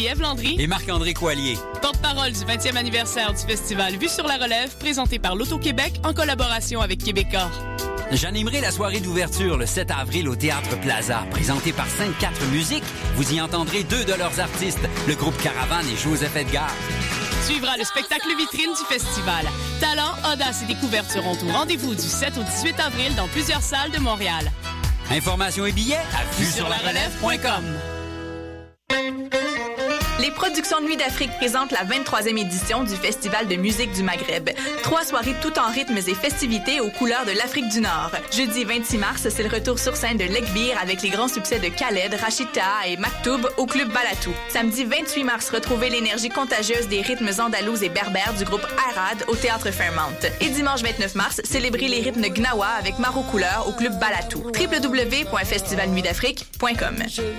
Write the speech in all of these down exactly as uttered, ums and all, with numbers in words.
Marie-Ève Landry et Marc-André Coallier. Porte-parole du vingtième anniversaire du festival Vue sur la Relève, présenté par l'Auto-Québec en collaboration avec Québecor. J'animerai la soirée d'ouverture le sept avril au Théâtre Plaza. Présentée par cinquante-quatre Musiques, vous y entendrez deux de leurs artistes, le groupe Caravane et Joseph Edgar. Suivra le spectacle vitrine du festival. Talent, audace et découverte seront au rendez-vous du sept au dix-huit avril dans plusieurs salles de Montréal. Informations et billets à vue sur la relève point com. Les Productions Nuit d'Afrique présentent la vingt-troisième édition du Festival de musique du Maghreb. Trois soirées tout en rythmes et festivités aux couleurs de l'Afrique du Nord. Jeudi vingt-six mars, c'est le retour sur scène de Lekbir avec les grands succès de Khaled, Rachid Taha et Maktoub au Club Balatou. Samedi vingt-huit mars, retrouvez l'énergie contagieuse des rythmes andalous et berbères du groupe Arad au Théâtre Fairmount. Et dimanche vingt-neuf mars, célébrez les rythmes Gnawa avec Maro Couleur au Club Balatou. w w w point festival nuit d'afrique point com.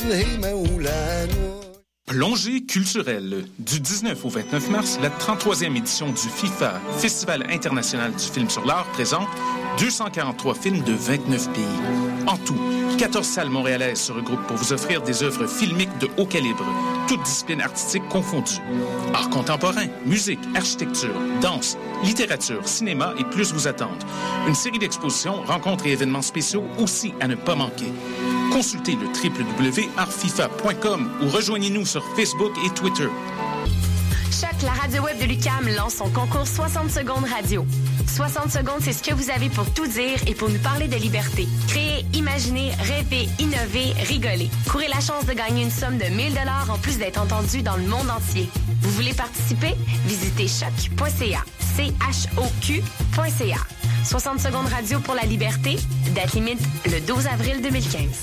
Plongée culturelle. Du dix-neuf au vingt-neuf mars, la trente-troisième édition du FIFA, Festival international du film sur l'art, présente deux cent quarante-trois films de vingt-neuf pays. En tout, quatorze salles montréalaises se regroupent pour vous offrir des œuvres filmiques de haut calibre, toutes disciplines artistiques confondues. Art contemporain, musique, architecture, danse, littérature, cinéma et plus vous attendent. Une série d'expositions, rencontres et événements spéciaux aussi à ne pas manquer. Consultez le w w w point art fifa point com ou rejoignez-nous sur Facebook et Twitter. Choc, la radio web de l'U Q A M lance son concours soixante secondes radio. soixante secondes, c'est ce que vous avez pour tout dire et pour nous parler de liberté. Créer, imaginer, rêver, innover, rigoler. Courez la chance de gagner une somme de mille dollars en plus d'être entendu dans le monde entier. Vous voulez participer? Visitez choc point c a. C H O Q point c a. soixante secondes radio pour la liberté. Date limite le douze avril deux mille quinze.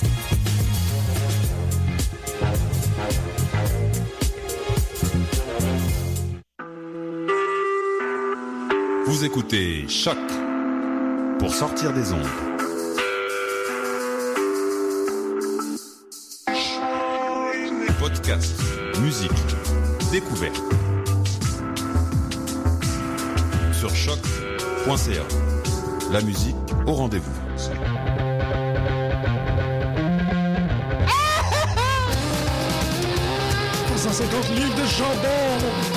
Vous écoutez Choc pour sortir des ondes. Podcast, musique, découverte. Sur choc point c a. La musique au rendez-vous. cent cinquante livres de chandelle.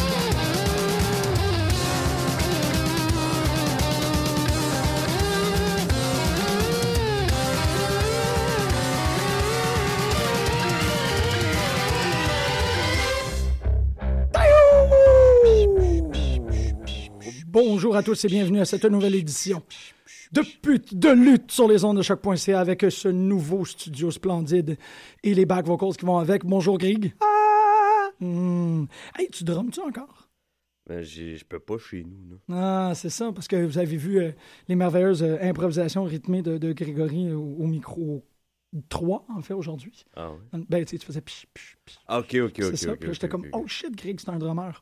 Bonjour à tous et bienvenue à cette nouvelle édition de pute de lutte sur les ondes de choc point c a avec ce nouveau studio splendide et les back vocals qui vont avec. Bonjour Greg. Ah! Mmh. Hey, tu drums-tu encore? Ben, je peux pas chez nous. Là. Ah, c'est ça, parce que vous avez vu euh, les merveilleuses euh, improvisations rythmées de, de Grégory au, au micro trois, en fait, aujourd'hui. Ah oui? Ben, tu sais, tu faisais psh, psh, psh. Ah, ok, ok, ok. C'est ça, okay, puis là, j'étais okay, comme, okay. oh shit, Greg, c'est un drummer.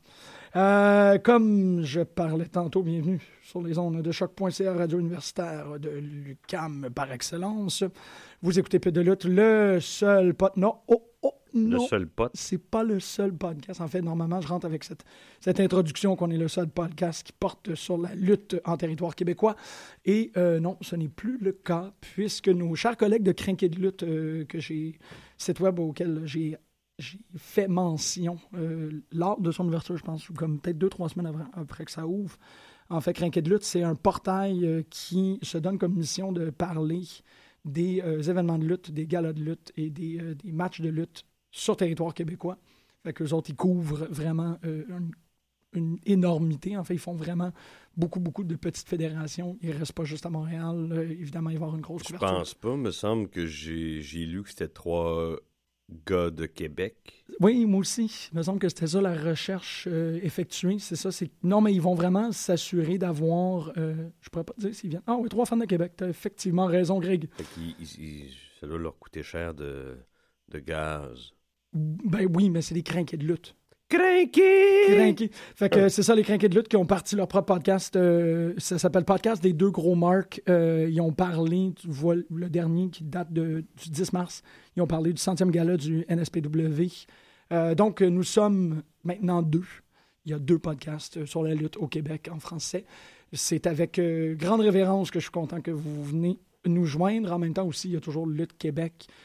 Euh, comme je parlais tantôt, bienvenue sur les ondes de choc point c a, radio universitaire de l'U Q A M par excellence. Vous écoutez Pute de lutte, le seul pot... Non, oh, oh, non. Le seul pot? C'est pas le seul podcast. En fait, normalement, je rentre avec cette, cette introduction qu'on est le seul podcast qui porte sur la lutte en territoire québécois. Et euh, non, ce n'est plus le cas, puisque nos chers collègues de Crinqué de lutte, euh, que j'ai, site web auquel j'ai J'ai fait mention euh, lors de son ouverture, je pense, ou comme peut-être deux, trois semaines avant, après que ça ouvre. En fait, Crinqué de lutte, c'est un portail euh, qui se donne comme mission de parler des euh, événements de lutte, des galas de lutte et des, euh, des matchs de lutte sur territoire québécois. Fait qu'eux autres, ils couvrent vraiment euh, une, une énormité. En fait, ils font vraiment beaucoup, beaucoup de petites fédérations. Ils ne restent pas juste à Montréal. Euh, évidemment, il va y avoir une grosse Je couverture. pense pas. Il me semble que j'ai, j'ai lu que c'était trois gars de Québec. Oui, moi aussi. Il me semble que c'était ça la recherche euh, effectuée. C'est ça. C'est... Non, mais ils vont vraiment s'assurer d'avoir... Euh, je pourrais pas te dire s'ils viennent... Ah oui, trois fans de Québec. T'as effectivement raison, Greg. Fait qu'ils, ils, ils, ça doit leur coûter cher de, de gaz. Ben oui, mais c'est des crinqués de lutte. Crinqués! Crinqués. Fait que c'est ça, les crinqués de lutte qui ont parti leur propre podcast. Euh, ça s'appelle Podcast des deux gros marques. Euh, ils ont parlé, tu vois, le dernier qui date de, du dix mars, ils ont parlé du centième gala du N S P W. Euh, donc, nous sommes maintenant deux. Il y a deux podcasts sur la lutte au Québec en français. C'est avec euh, grande révérence que je suis content que vous venez nous joindre. En même temps aussi, il y a toujours Lutte Québec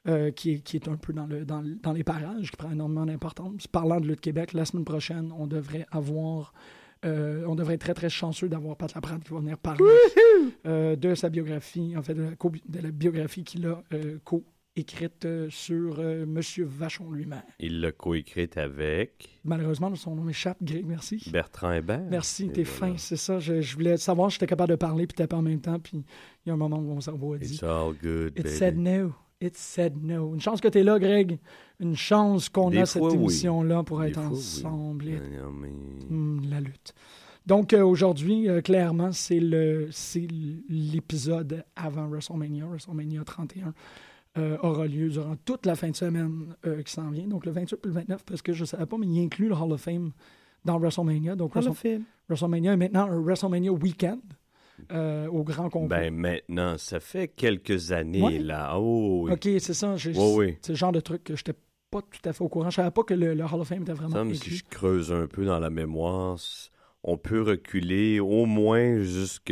euh, qui, est, qui est un peu dans, le, dans, dans les parages, qui prend énormément d'importance. Parlant de Lutte Québec, la semaine prochaine, on devrait avoir... Euh, on devrait être très, très chanceux d'avoir Pat Laprade qui va venir parler euh, de sa biographie, en fait, de la, co- de la biographie qu'il a euh, co-écrite euh, sur euh, M. Vachon lui-même. Il l'a coécrite avec... Malheureusement, son nom m'échappe, Greg, merci. Bertrand Hébert. Merci, Et t'es voilà. fin, c'est ça. Je, je voulais savoir si j'étais capable de parler puis taper en même temps, puis il y a un moment où mon cerveau a dit... It's all good, It baby. said no. It said no. Une chance que t'es là, Greg. Une chance qu'on Des a cette fois, oui. émission-là pour Des être fois, oui. ensemble. Et Non, mais... Hum, la lutte. Donc, euh, aujourd'hui, euh, clairement, c'est, le, c'est l'épisode avant WrestleMania. WrestleMania trente et un euh, aura lieu durant toute la fin de semaine euh, qui s'en vient. Donc, le vingt-huit et le vingt-neuf, parce que je ne savais pas, mais il inclut le Hall of Fame dans WrestleMania. Donc, Hall Wrestle- of Fame. WrestleMania est maintenant un WrestleMania Weekend euh, au grand complet. Ben maintenant, ça fait quelques années, Ouais. là. Oh, oui. OK, c'est ça. J'ai- Oui, oui. C'est le genre de truc que je n'étais pas tout à fait au courant. Je savais pas que le, le Hall of Fame était vraiment Ça me si inclus. je creuse un peu dans la mémoire, c- on peut reculer au moins jusque...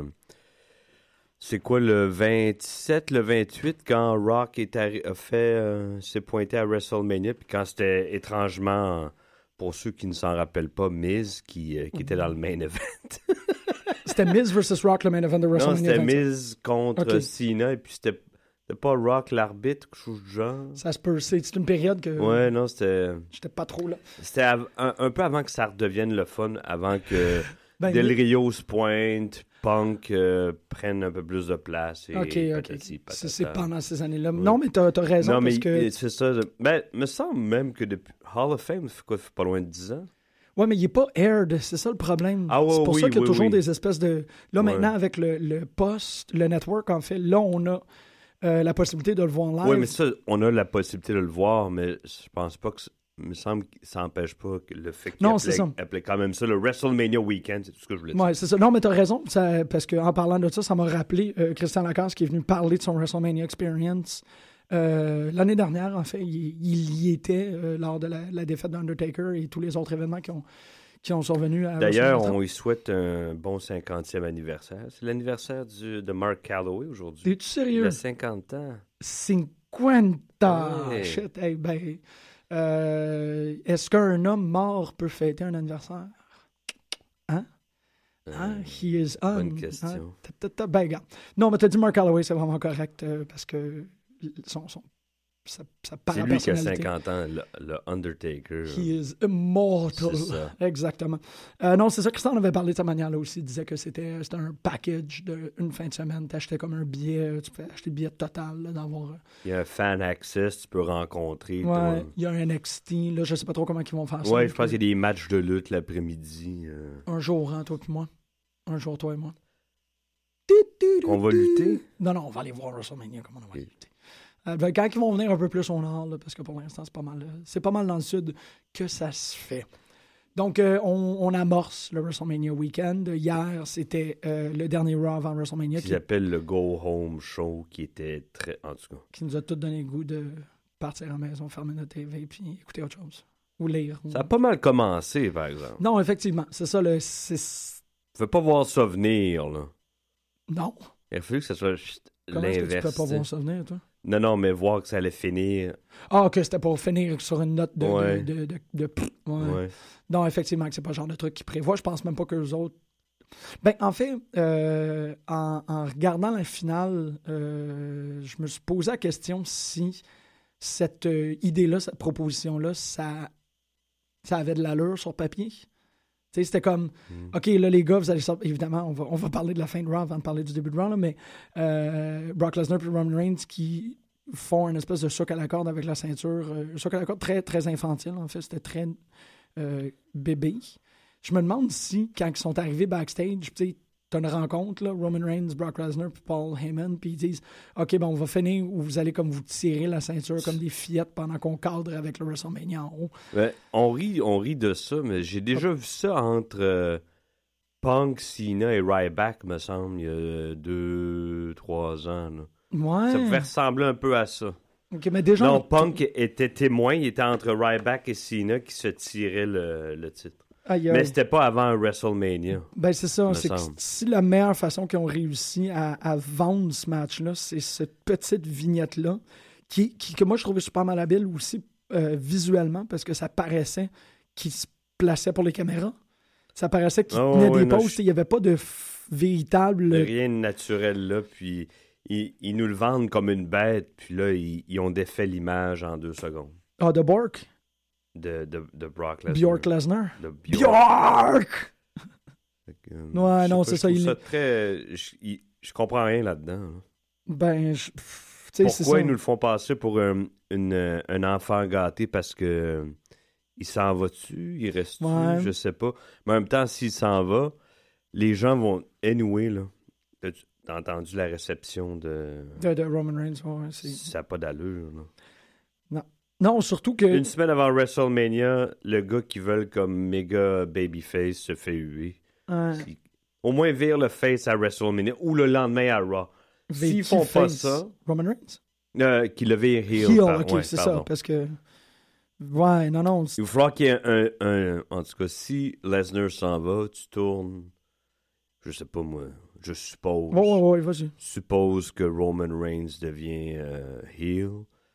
C'est quoi, le vingt-sept, le vingt-huit, quand Rock est arri- a fait, euh, s'est pointé à WrestleMania, puis quand c'était étrangement, pour ceux qui ne s'en rappellent pas, Miz, qui, euh, qui était dans le main event. C'était Miz versus Rock, le main event de Non, WrestleMania c'était vingt-sept. Miz contre Ok. Cena, et puis c'était, c'était pas Rock l'arbitre, quelque chose du genre. Ça se peut. C'est, c'est une période que Ouais, non, c'était... j'étais pas trop là. C'était av- un, un peu avant que ça redevienne le fun, avant que Ben, Del oui. Rio se pointe, Punk euh, prenne un peu plus de place. Et OK, OK. patati patata. C'est, c'est pendant ces années-là. Ouais. Non, mais t'as, t'as raison. Non, mais parce que... il- c'est ça. je- Ben, me semble même que depuis Hall of Fame, ça fait quoi, ça fait pas loin de dix ans? Ouais, mais il n'est pas aired. C'est ça le problème. Ah ouais, c'est pour oui, ça qu'il y a oui, toujours oui. des espèces de... Là, Ouais. maintenant, avec le, le post, le network, en fait, là, on a euh, la possibilité de le voir en live. Oui, mais ça, on a la possibilité de le voir, mais je pense pas que... ça- Il me semble que ça n'empêche pas que le fait qu'il Non, appelait, c'est ça. appelait quand même ça le WrestleMania Weekend, c'est tout ce que je voulais dire. Ouais, c'est ça. Non, mais t'as raison, ça, parce qu'en parlant de ça, ça m'a rappelé euh, Christian Lacasse qui est venu parler de son WrestleMania Experience euh, l'année dernière. En fait, il, il y était euh, lors de la, la défaite d'Undertaker et tous les autres événements qui ont, qui ont survenu à D'ailleurs, WrestleMania. on lui souhaite un bon cinquantième anniversaire. C'est l'anniversaire du, de Mark Calloway aujourd'hui. T'es-tu Il sérieux? a cinquante ans. cinquanta! Ouais. Shit, hey, ben... euh, est-ce qu'un homme mort peut fêter un anniversaire? Hein? Hein? Euh, He is on. bonne question. Hein? Ta- ta- ta- Ben, regarde. Non, mais t'as dit Mark Calloway, c'est vraiment correct euh, parce que son, son, sa, sa C'est lui qui a parapersonnalité. cinquante ans, le, le Undertaker. He is immortal. C'est ça. Exactement. Euh, non, c'est ça. Christian avait parlé de sa manière là aussi. Il disait que c'était, c'était un package d'une fin de semaine. T'achetais comme un billet. Tu peux acheter le billet total là, d'avoir. Il y a un fan access, tu peux rencontrer. Ouais, ton- il y a un N X T. Là, je sais pas trop comment ils vont faire ça. Ouais, je pense qu'il y a des matchs de lutte l'après-midi. euh, Un jour, hein, toi et moi. Un jour, toi et moi. On va lutter? Non, non, on va aller voir WrestleMania, comment on va Ok. aller lutter. Euh, ben, quand ils vont venir un peu plus au nord, là, parce que pour l'instant, c'est pas mal, euh, c'est pas mal dans le sud que ça se fait. Donc, euh, on, on amorce le WrestleMania Weekend. Hier, c'était euh, le dernier Raw avant WrestleMania Qu'ils qui, appellent le Go Home Show, qui était très... En tout cas, qui nous a tout donné le goût de partir à la maison, fermer notre T V puis écouter autre chose. Ou lire. ou- ça a pas mal commencé, par exemple. Non, effectivement, c'est ça. Le, c'est... Tu peux pas voir ça venir, là. Non. Il a fallu que ça soit chut, Comment est-ce que tu l'inverse. peux pas tu sais. voir ça venir, toi? Non, non, mais voir que ça allait finir. Ah, que c'était pour finir sur une note de... Ouais. de, de, de, de- pff, ouais. Ouais. Non, effectivement, que c'est pas le genre de truc qu'ils prévoient. Je pense même pas que les autres... Ben, en fait, euh, en, en regardant la finale, euh, je me suis posé la question si cette euh, idée-là, cette proposition-là, ça, ça avait de l'allure sur papier. Tu sais, c'était comme, Mm. OK, là, les gars, vous allez sortir... Évidemment, on va, on va parler de la fin de Raw avant de parler du début de Raw, là, mais euh, Brock Lesnar et Roman Reigns qui font une espèce de soc à la corde avec la ceinture. Euh, un soc à la corde très, très infantile, en fait. C'était très euh, bébé. Je me demande si, quand ils sont arrivés backstage, tu sais, t'as une rencontre, là, Roman Reigns, Brock Lesnar, puis Paul Heyman, puis ils disent « OK, bon, on va finir où vous allez comme vous tirer la ceinture comme des fillettes pendant qu'on cadre avec le WrestleMania en haut. Ben, on, rit, on rit de ça, mais j'ai déjà vu ça entre euh, Punk, Cena et Ryback, me semble, il y a deux, trois ans. Là. » Ouais. Ça pouvait ressembler un peu à ça. OK, mais déjà... non, on- Punk était témoin, il était entre Ryback et Cena qui se tiraient le, le titre. Aïe, aïe. Mais c'était pas avant WrestleMania. Ben, c'est ça. me C'est que semble. si la meilleure façon qu'ils ont réussi à, à vendre ce match-là, c'est cette petite vignette-là qui, qui, que moi, je trouvais super mal habile aussi euh, visuellement, parce que ça paraissait qu'il se plaçait pour les caméras. Ça paraissait qu'il oh, tenait ouais, des non, poses. je... Il n'y avait pas de f- véritable... Rien de naturel, là. Puis, ils, ils nous le vendent comme une bête. Puis là, ils, ils ont défait l'image en deux secondes. Ah, de Bork? De, de, de Brock Lesnar. Bjork Lesnar? De Bjork! Bjork! Que, euh, ouais, non, pas, c'est je ça. trouve Il... ça très... Je, il, je comprends rien là-dedans. Là. Ben, je... T'sais, Pourquoi c'est ça. ils nous le font passer pour un, une, un enfant gâté parce que il s'en va-tu, il reste-tu, ouais. je sais pas. Mais en même temps, s'il s'en va, les gens vont... Anyway, là, t'as entendu la réception de... De, de Roman Reigns, ouais. C'est... Ça n'a pas d'allure, là. Non. Non, surtout que... Une semaine avant WrestleMania, le gars qui veut comme méga babyface se fait huer. Ouais. Il... Au moins vire le face à WrestleMania ou le lendemain à Raw. S'ils font pas ça... Roman Reigns? Euh, qui le vire heel. Heel, par... ok, ouais, c'est pardon. ça, parce que... Ouais, non, non. Il va falloir qu'il y ait un, un, un... En tout cas, si Lesnar s'en va, tu tournes... Je sais pas, moi. Je suppose... Ouais, ouais, ouais, vas-y. Suppose que Roman Reigns devient euh, heel.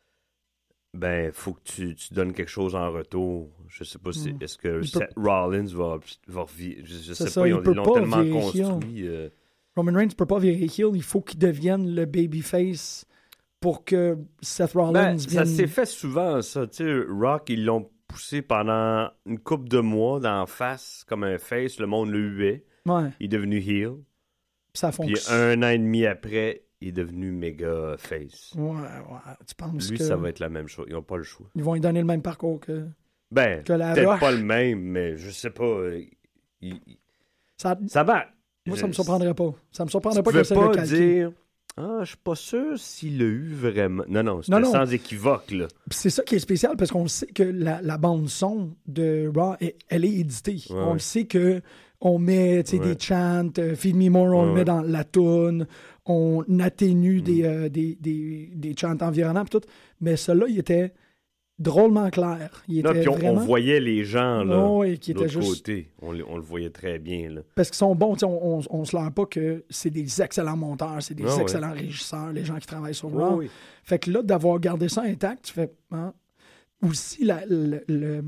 Ben, faut que tu, tu donnes quelque chose en retour. Je sais pas si... Mm. Est-ce que Il Seth peut... Rollins va... va revi... Je, je sais ça, pas, ils, ont, ils l'ont pas tellement virer construit... Euh... Roman Reigns peut pas virer heel. Il faut qu'il devienne le babyface pour que Seth Rollins ben, vienne... Ça s'est fait souvent, ça. Tu sais, Rock, ils l'ont poussé pendant une couple de mois d'en face, comme un face. Le monde le huait. Ouais. Il est devenu heel. Ça Puis fonctionne. un an et demi après, il est devenu méga face. Ouais, ouais. Tu penses Lui, que... ça va être la même chose. Ils n'ont pas le choix. Ils vont lui donner le même parcours que... Ben, que la peut-être Roche. pas le même, mais je sais pas. euh, il... Ça... ça va. Moi, je... ça me surprendrait pas. Ça me surprendrait tu pas pouvais que ça pas le calque. dire... Ah, je suis pas sûr s'il l'a eu vraiment. Non, non, c'était Non, non. sans équivoque, là. Puis c'est ça qui est spécial, parce qu'on sait que la, la bande-son de Raw, elle, elle est éditée. Ouais, on ouais. le sait que on met tu sais, Ouais. des chants, euh, Feed Me More, on Ouais, le met ouais. dans la toune, on atténue Mm. des, euh, des, des, des chants environnants, pis tout. Mais celui-là, il était drôlement clair. Il Là, était puis on, vraiment... on voyait les gens, là, Oh, ouais, qui de étaient l'autre juste... côté. On, le- on le voyait très bien, là. Parce qu'ils sont bons, tu sais, on, on, on se leurre pas que c'est des excellents monteurs, c'est des Ah, ouais. excellents régisseurs, les gens qui travaillent sur Oui, Raw. oui. Fait que là, d'avoir gardé ça intact, tu fais... Hein? Aussi, la, le, le-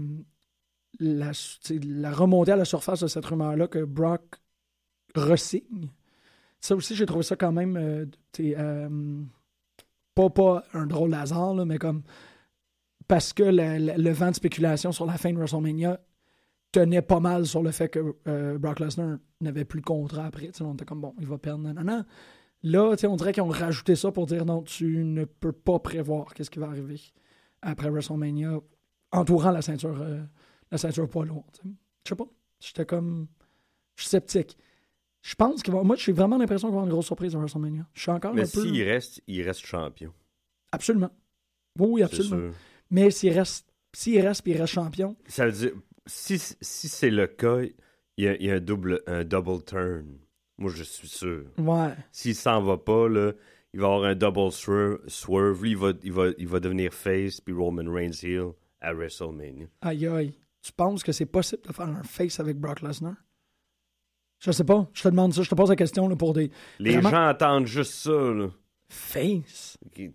la, tu sais, la remontée à la surface de cette rumeur-là que Brock ressigne. Ça aussi, j'ai trouvé ça quand même... euh, tu sais, euh, pas, pas un drôle d'hasard, là, mais comme... Parce que la- la- le vent de spéculation sur la fin de WrestleMania tenait pas mal sur le fait que euh, Brock Lesnar n'avait plus le contrat après. Tu sais, on était comme, bon, il va perdre, non, non. Là, tu sais, on dirait qu'ils ont rajouté ça pour dire, non, tu ne peux pas prévoir qu'est-ce qui va arriver après WrestleMania, entourant la ceinture, euh, la ceinture poids lourd. Tu sais. Je sais pas. J'étais comme... Je suis sceptique. Je pense que... Moi, j'ai vraiment l'impression qu'il va y avoir une grosse surprise à WrestleMania. Je suis encore Mais un peu... s'il reste, il reste champion. Absolument. Oui, oui, C'est absolument. sûr. Mais s'il reste, s'il reste puis il reste champion... Ça veut dire, si, si c'est le cas, il y a, il y a un, double, un double turn. Moi, je suis sûr. Ouais. S'il s'en va pas, là, il va avoir un double swerve. swerve. Lui, il va, il, va, il va devenir face, puis Roman Reigns heel à WrestleMania. Aïe, aïe. Tu penses que c'est possible de faire un face avec Brock Lesnar? Je sais pas. Je te demande ça. Je te pose la question là, pour des... Les Vraiment? gens attendent juste ça, là. Face? Qui-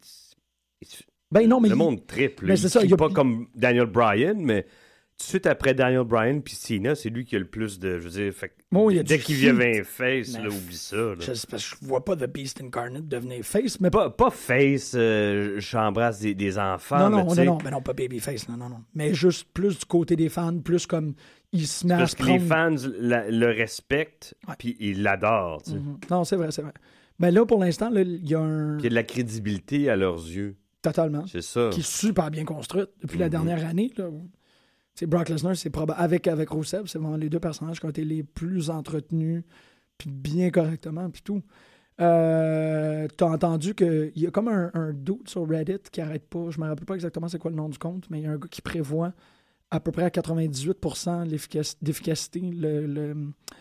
Ben non, mais... Le il- monde triple. Mais Il c'est ça, crie il y a- pas comme Daniel Bryan, mais tout de suite après Daniel Bryan puis Cena, c'est lui qui a le plus de... Je veux dire, fait que Bon, il y a dès du qu'il heat. y avait un face, Mais là, oublie ça. Là. Je, sais pas, je vois pas The Beast Incarnate devenir face, mais... Pas, pas face, euh, j'embrasse des, des enfants, non, mais non, tu sais, non, non, mais non, pas babyface, non, non, non. Mais juste plus du côté des fans, plus comme il se met à parce se que les prendre... fans la- le respectent, Ouais. puis ils l'adorent. tu sais. Mhm. Non, c'est vrai, c'est vrai. Mais là, pour l'instant, là, il y a un... Puis il y a de la crédibilité à leurs yeux. Totalement. C'est ça. Qui est super bien construite depuis la Mhm. dernière année. Là, où- tu sais, Brock Lesnar, c'est probable avec, avec Rusev, c'est vraiment les deux personnages qui ont été les plus entretenus, puis bien correctement, puis tout. Euh, T'as entendu qu'il y a comme un, un doute sur Reddit qui arrête pas, je me rappelle pas exactement c'est quoi le nom du compte, mais il y a un gars qui prévoit à peu près à quatre-vingt-dix-huit pour cent l'efficac- d'efficacité le, le,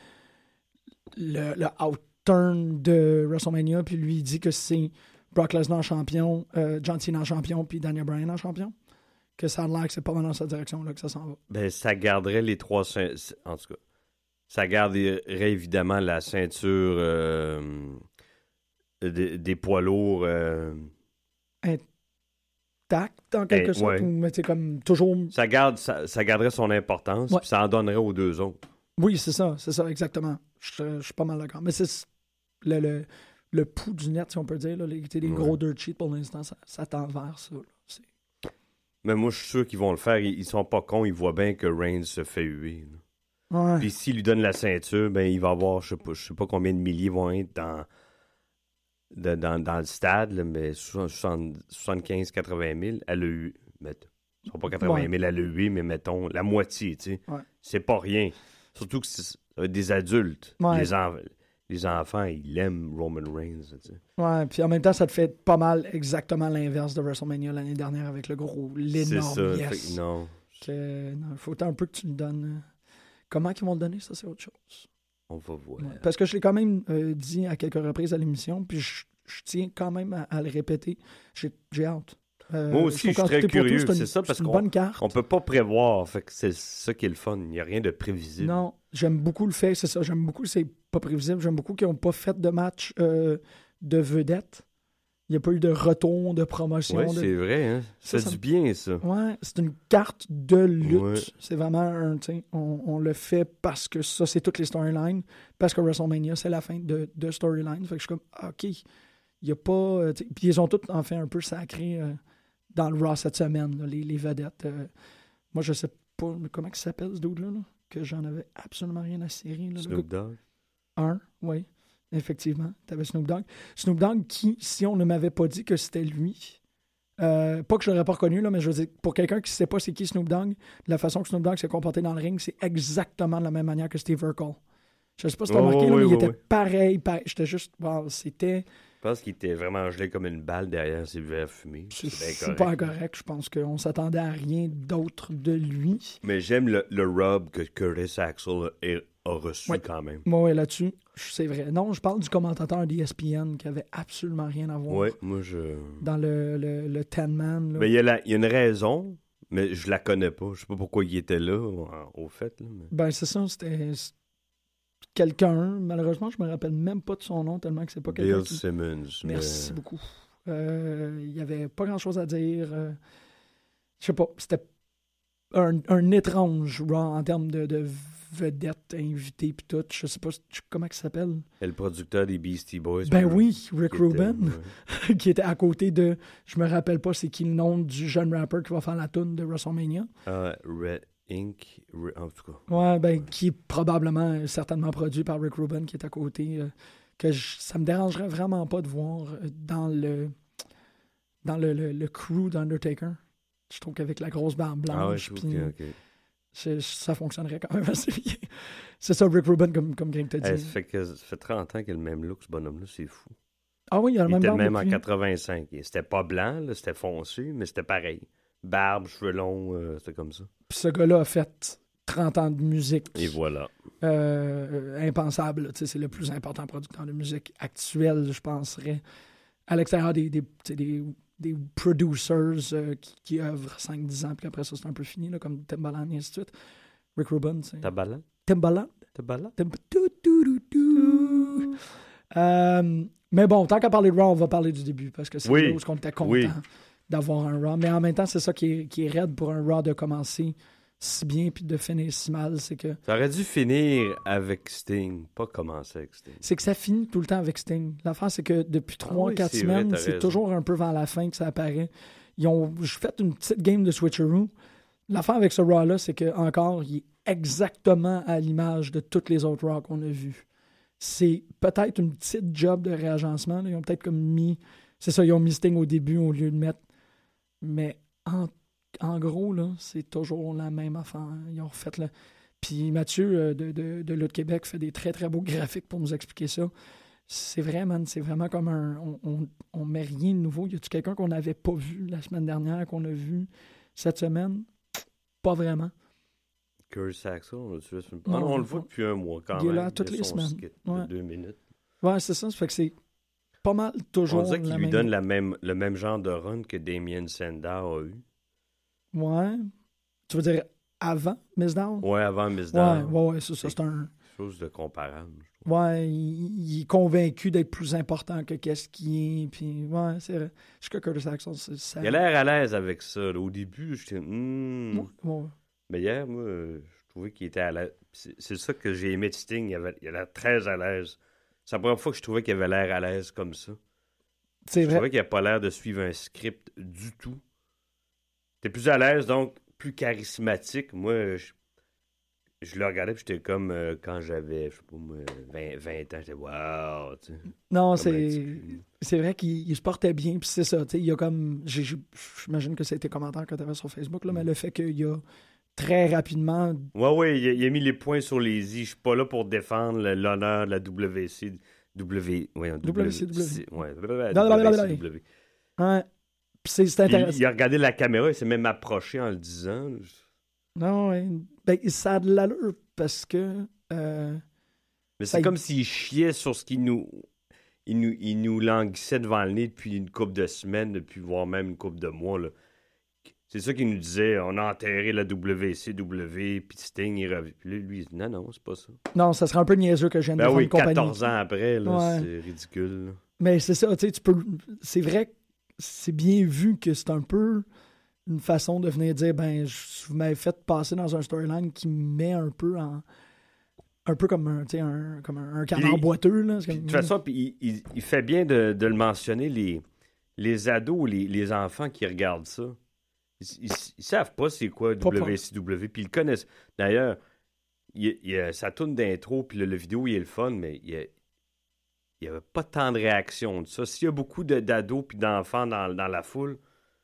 le, le out-turn de WrestleMania, puis lui il dit que c'est Brock Lesnar en champion, euh, John Cena en champion, puis Daniel Bryan en champion. Que ça a l'air que c'est pas mal dans cette direction-là que ça s'en va. Ben, ça garderait les trois ceintures. En tout cas, ça garderait évidemment la ceinture euh, des, des poids lourds. euh, Hein. stacked, en quelque Eh, sorte, ouais. ou mais c'est comme toujours... Ça, garde, ça, ça garderait son importance, Ouais. puis ça en donnerait aux deux autres. Oui, c'est ça, c'est ça, exactement. Je, je suis pas mal d'accord. Mais c'est le, le, le pouls du net, si on peut dire, là, les, les Ouais. gros dirt sheets, pour l'instant, ça, ça tend vers ça. Là. C'est... Mais moi, je suis sûr qu'ils vont le faire. Ils, ils sont pas cons. Ils voient bien que Reigns se fait huer. là. Ouais. Puis s'il lui donne la ceinture, ben il va avoir, je sais pas, je sais pas combien de milliers vont être dans, de- dans, dans le stade, là, mais soixante-quinze à quatre-vingt mille à l'E U. Mettons. Ce ne sont pas quatre-vingt mille à l'E U, mais mettons la moitié, tu sais. Ouais. C'est pas rien. Surtout que c'est ça va être des adultes. Ouais. Les, en- les enfants, ils aiment Roman Reigns, tu sais. Ouais, puis en même temps, ça te fait pas mal exactement l'inverse de WrestleMania l'année dernière avec le gros, C'est l'énorme ça. yes. Fait que non. Que, non, il faut un peu que tu le donnes. euh. Comment ils vont le donner, ça, c'est autre chose. On va voir. Ouais. Parce que je l'ai quand même euh, dit à quelques reprises à l'émission, puis je, je tiens quand même à, à le répéter. J'ai, j'ai hâte. Euh, Moi aussi, je trouve suis très qu'en tout et pour tout, curieux. C'est, une, C'est ça, parce c'est une qu'on bonne carte. on peut pas prévoir. Fait que c'est ça qui est le fun. Il n'y a rien de prévisible. Non, j'aime beaucoup le fait, c'est ça. J'aime beaucoup, c'est pas prévisible. J'aime beaucoup qu'ils n'ont pas fait de match euh, de vedette. Il n'y a pas eu de retour, de promotion. Oui, de... c'est vrai. Hein? Ça, Ça, fait ça du me- bien, ça. Ouais, c'est une carte de lutte. Ouais. C'est vraiment un, tu sais, on, on le fait parce que ça, c'est toutes les storylines. Parce que WrestleMania, c'est la fin de, de storyline. Fait que je suis comme, ah, OK, il n'y a pas. euh, tu sais, Puis ils ont tous, en fait, un peu sacré euh, dans le Raw cette semaine, là, les, les vedettes. Euh, moi, je sais pas comment il s'appelle ce dude-là, là, que j'en avais absolument rien à cirer. Là, le Snoop gars- Dogg. Un, oui, effectivement. T'avais Snoop Dogg. Snoop Dogg qui, si on ne m'avait pas dit que c'était lui, euh, pas que je l'aurais pas reconnu, là, mais je veux dire, pour quelqu'un qui ne sait pas c'est qui Snoop Dogg, la façon que Snoop Dogg s'est comporté dans le ring, c'est exactement de la même manière que Steve Urkel. Je sais pas si tu as Oh, remarqué, là, oui, mais il oui, était oui. pareil, pareil. J'étais juste, wow, c'était Je pense qu'il était vraiment gelé comme une balle derrière ses verres fumés. c'est C'est bien super correct. correct. Je pense qu'on s'attendait à rien d'autre de lui. Mais j'aime le, le rub que Curtis Axel a, a reçu Ouais. quand même. Moi, ouais, là-dessus, c'est vrai. Non, je parle du commentateur d'E S P N qui avait absolument rien à voir Oui, moi je. dans le, le, le Ten-Man. là. Mais il y, a la- il y a une raison, mais je la connais pas. Je sais pas pourquoi il était là, en- au fait. Là, mais... Ben, c'est ça, c'était c'est quelqu'un. Malheureusement, je me rappelle même pas de son nom tellement que c'est pas quelqu'un Bill qui... Simmons. Merci mais- beaucoup. Euh, Il y avait pas grand-chose à dire. euh, je sais pas, c'était un, un étrange Raw en termes de, de vedettes invitées pis tout. Je sais pas je- comment il s'appelle. Et le producteur des Beastie Boys. Ben puis- oui, Rick qui était- Rubin, ouais. qui était à côté de... Je me rappelle pas c'est qui le nom du jeune rappeur qui va faire la tune de WrestleMania. Ah, Red Ink. Re- En tout cas. Ouais, ben, qui est probablement, euh, certainement produit par Rick Rubin, qui est à côté. euh, que je- ça me dérangerait vraiment pas de voir euh, dans le dans le, le, le crew d'Undertaker. Je trouve qu'avec la grosse barbe Ah ouais, blanche, je puis trouve que- ok. c'est- ça fonctionnerait quand même assez bien. C'est ça, Rick Rubin, comme, comme Greg t'a dit. Hey, ça, fait que, ça fait trente ans qu'il a le même look, ce bonhomme-là, c'est fou. Ah oui, il y a le Il même était barbe même en depuis. quatre-vingt-cinq. Et C'était pas blanc, là, c'était foncé, mais c'était pareil. Barbe, cheveux longs, euh, c'était comme ça. Puis ce gars-là a fait trente ans de musique. Et voilà. euh, impensable. là. Tu sais, C'est le plus important producteur de musique actuel, je penserais. À l'extérieur des, des, tu sais, des, des producers euh, qui, qui œuvrent cinq dix ans, puis après ça, c'est un peu fini, là, comme Timbaland et ainsi de suite. Rick Rubin, tu sais. Tabalan? Timbaland? Tabalan? Tim- tout, tout, tout, tout. Euh, mais bon, tant qu'à parler de Raw, on va parler du début, parce que c'est Oui. là où on était content Oui. d'avoir un Raw. Mais en même temps, c'est ça qui est, qui est raide pour un Raw de commencer si bien puis de finir si mal, c'est que Ça aurait dû finir avec Sting, pas commencer avec Sting. c'est que ça finit tout le temps avec Sting. L'affaire, c'est que depuis trois oui, quatre c'est vrai, semaines, t'as c'est raison. toujours un peu vers la fin que ça apparaît. Ils ont fait une petite game de switcheroo. L'affaire avec ce Raw-là, c'est que encore, il est exactement à l'image de toutes les autres Raw qu'on a vus. C'est peut-être une petite job de réagencement. là. Ils ont peut-être comme mis... C'est ça, ils ont mis Sting au début au lieu de mettre... Mais en, en gros, là, c'est toujours la même affaire. Ils ont refait le... Puis Mathieu euh, de, de, de Lutte Québec fait des très, très beaux graphiques pour nous expliquer ça. C'est vrai, man, c'est vraiment comme un... On, on, on met rien de nouveau. Y a-tu quelqu'un qu'on n'avait pas vu la semaine dernière, qu'on a vu cette semaine? Pas vraiment. Curtis Axel, on, l'a-tu vu? Non, Ah non, on le non. voit depuis un mois quand Il est même. là toutes Il a les son semaines. skit de Ouais. deux minutes. Ouais, c'est ça. Ça fait que c'est pas mal toujours On dirait qu'il la lui même... donne la même, le même genre de run que Damien Sandow a eu. Ouais. Tu veux dire avant Miss Down? Ouais, avant Miss Ouais, Down. ouais, ouais, c'est ça. C'est un... chose de comparable. Ouais, il, il est convaincu d'être plus important que qu'est-ce qui est. Puis, ouais, c'est vrai. Je crois que Curtis Axel, c'est ça. Il a l'air à l'aise avec ça. Là. Au début, j'étais. Hmm. Ouais, ouais. Mais hier, moi, euh, je trouvais qu'il était à l'aise. C'est, c'est ça que j'ai aimé de Sting. Il, avait, il a l'air très à l'aise. C'est la première fois que je trouvais qu'il avait l'air à l'aise comme ça. C'est je vrai. trouvais qu'il n'a pas l'air de suivre un script du tout. T'es plus à l'aise, donc plus charismatique. Moi, je, je le regardais, puis j'étais comme euh, quand j'avais, je sais pas moi, vingt, vingt ans, j'étais wow, tu sais. Non, Comme un c'est, petit- c'est vrai qu'il il se portait bien, puis c'est ça, tu sais, il y a comme, j'ai- j'ai- j'imagine que c'était commentaire que tu avais sur Facebook, là, mais le fait qu'il y a très rapidement, Ouais, ouais, il a, il a mis les points sur les i. Je suis pas là pour défendre le- l'honneur de la W C W. Ouais, W C W. C- Ouais, Non, non, non, non, W C W. hein, puis c'est, c'est Puis intéressant. il a regardé la caméra, il s'est même approché en le disant. Non, ouais. Ben, ça a de l'allure, parce que, euh, Mais Ça c'est y- comme s'il chiait sur ce qu'il nous... Il nous, il nous languissait devant le nez depuis une couple de semaines, depuis voire même une couple de mois. Là. C'est ça qu'il nous disait. On a enterré la W C W, puis Sting, il revient. Puis là, lui, il dit non, non, c'est pas ça. non, ça serait un peu niaiseux que je vienne de Ben faire oui, une compagnie. quatorze ans après, là, Ouais. c'est ridicule. là. Mais c'est ça, tu sais, tu peux. C'est vrai que c'est bien vu que c'est un peu une façon de venir dire, ben, je, vous m'avez fait passer dans un storyline qui me met un peu en. Un peu comme un, tu sais, un, comme un, un canard Puis- boiteux, là. C'est Puis, comme- de toute façon, puis il, il- il fait bien de, de le mentionner, les, les ados, les, les enfants qui regardent ça. Ils, ils, ils savent pas c'est quoi Pas W C W, puis ils le connaissent. D'ailleurs, il, il, a- ça tourne d'intro, puis le, le vidéo, il est le fun, mais il n'y avait pas tant de réaction de ça. S'il y a beaucoup de, d'ados puis d'enfants dans, dans la foule,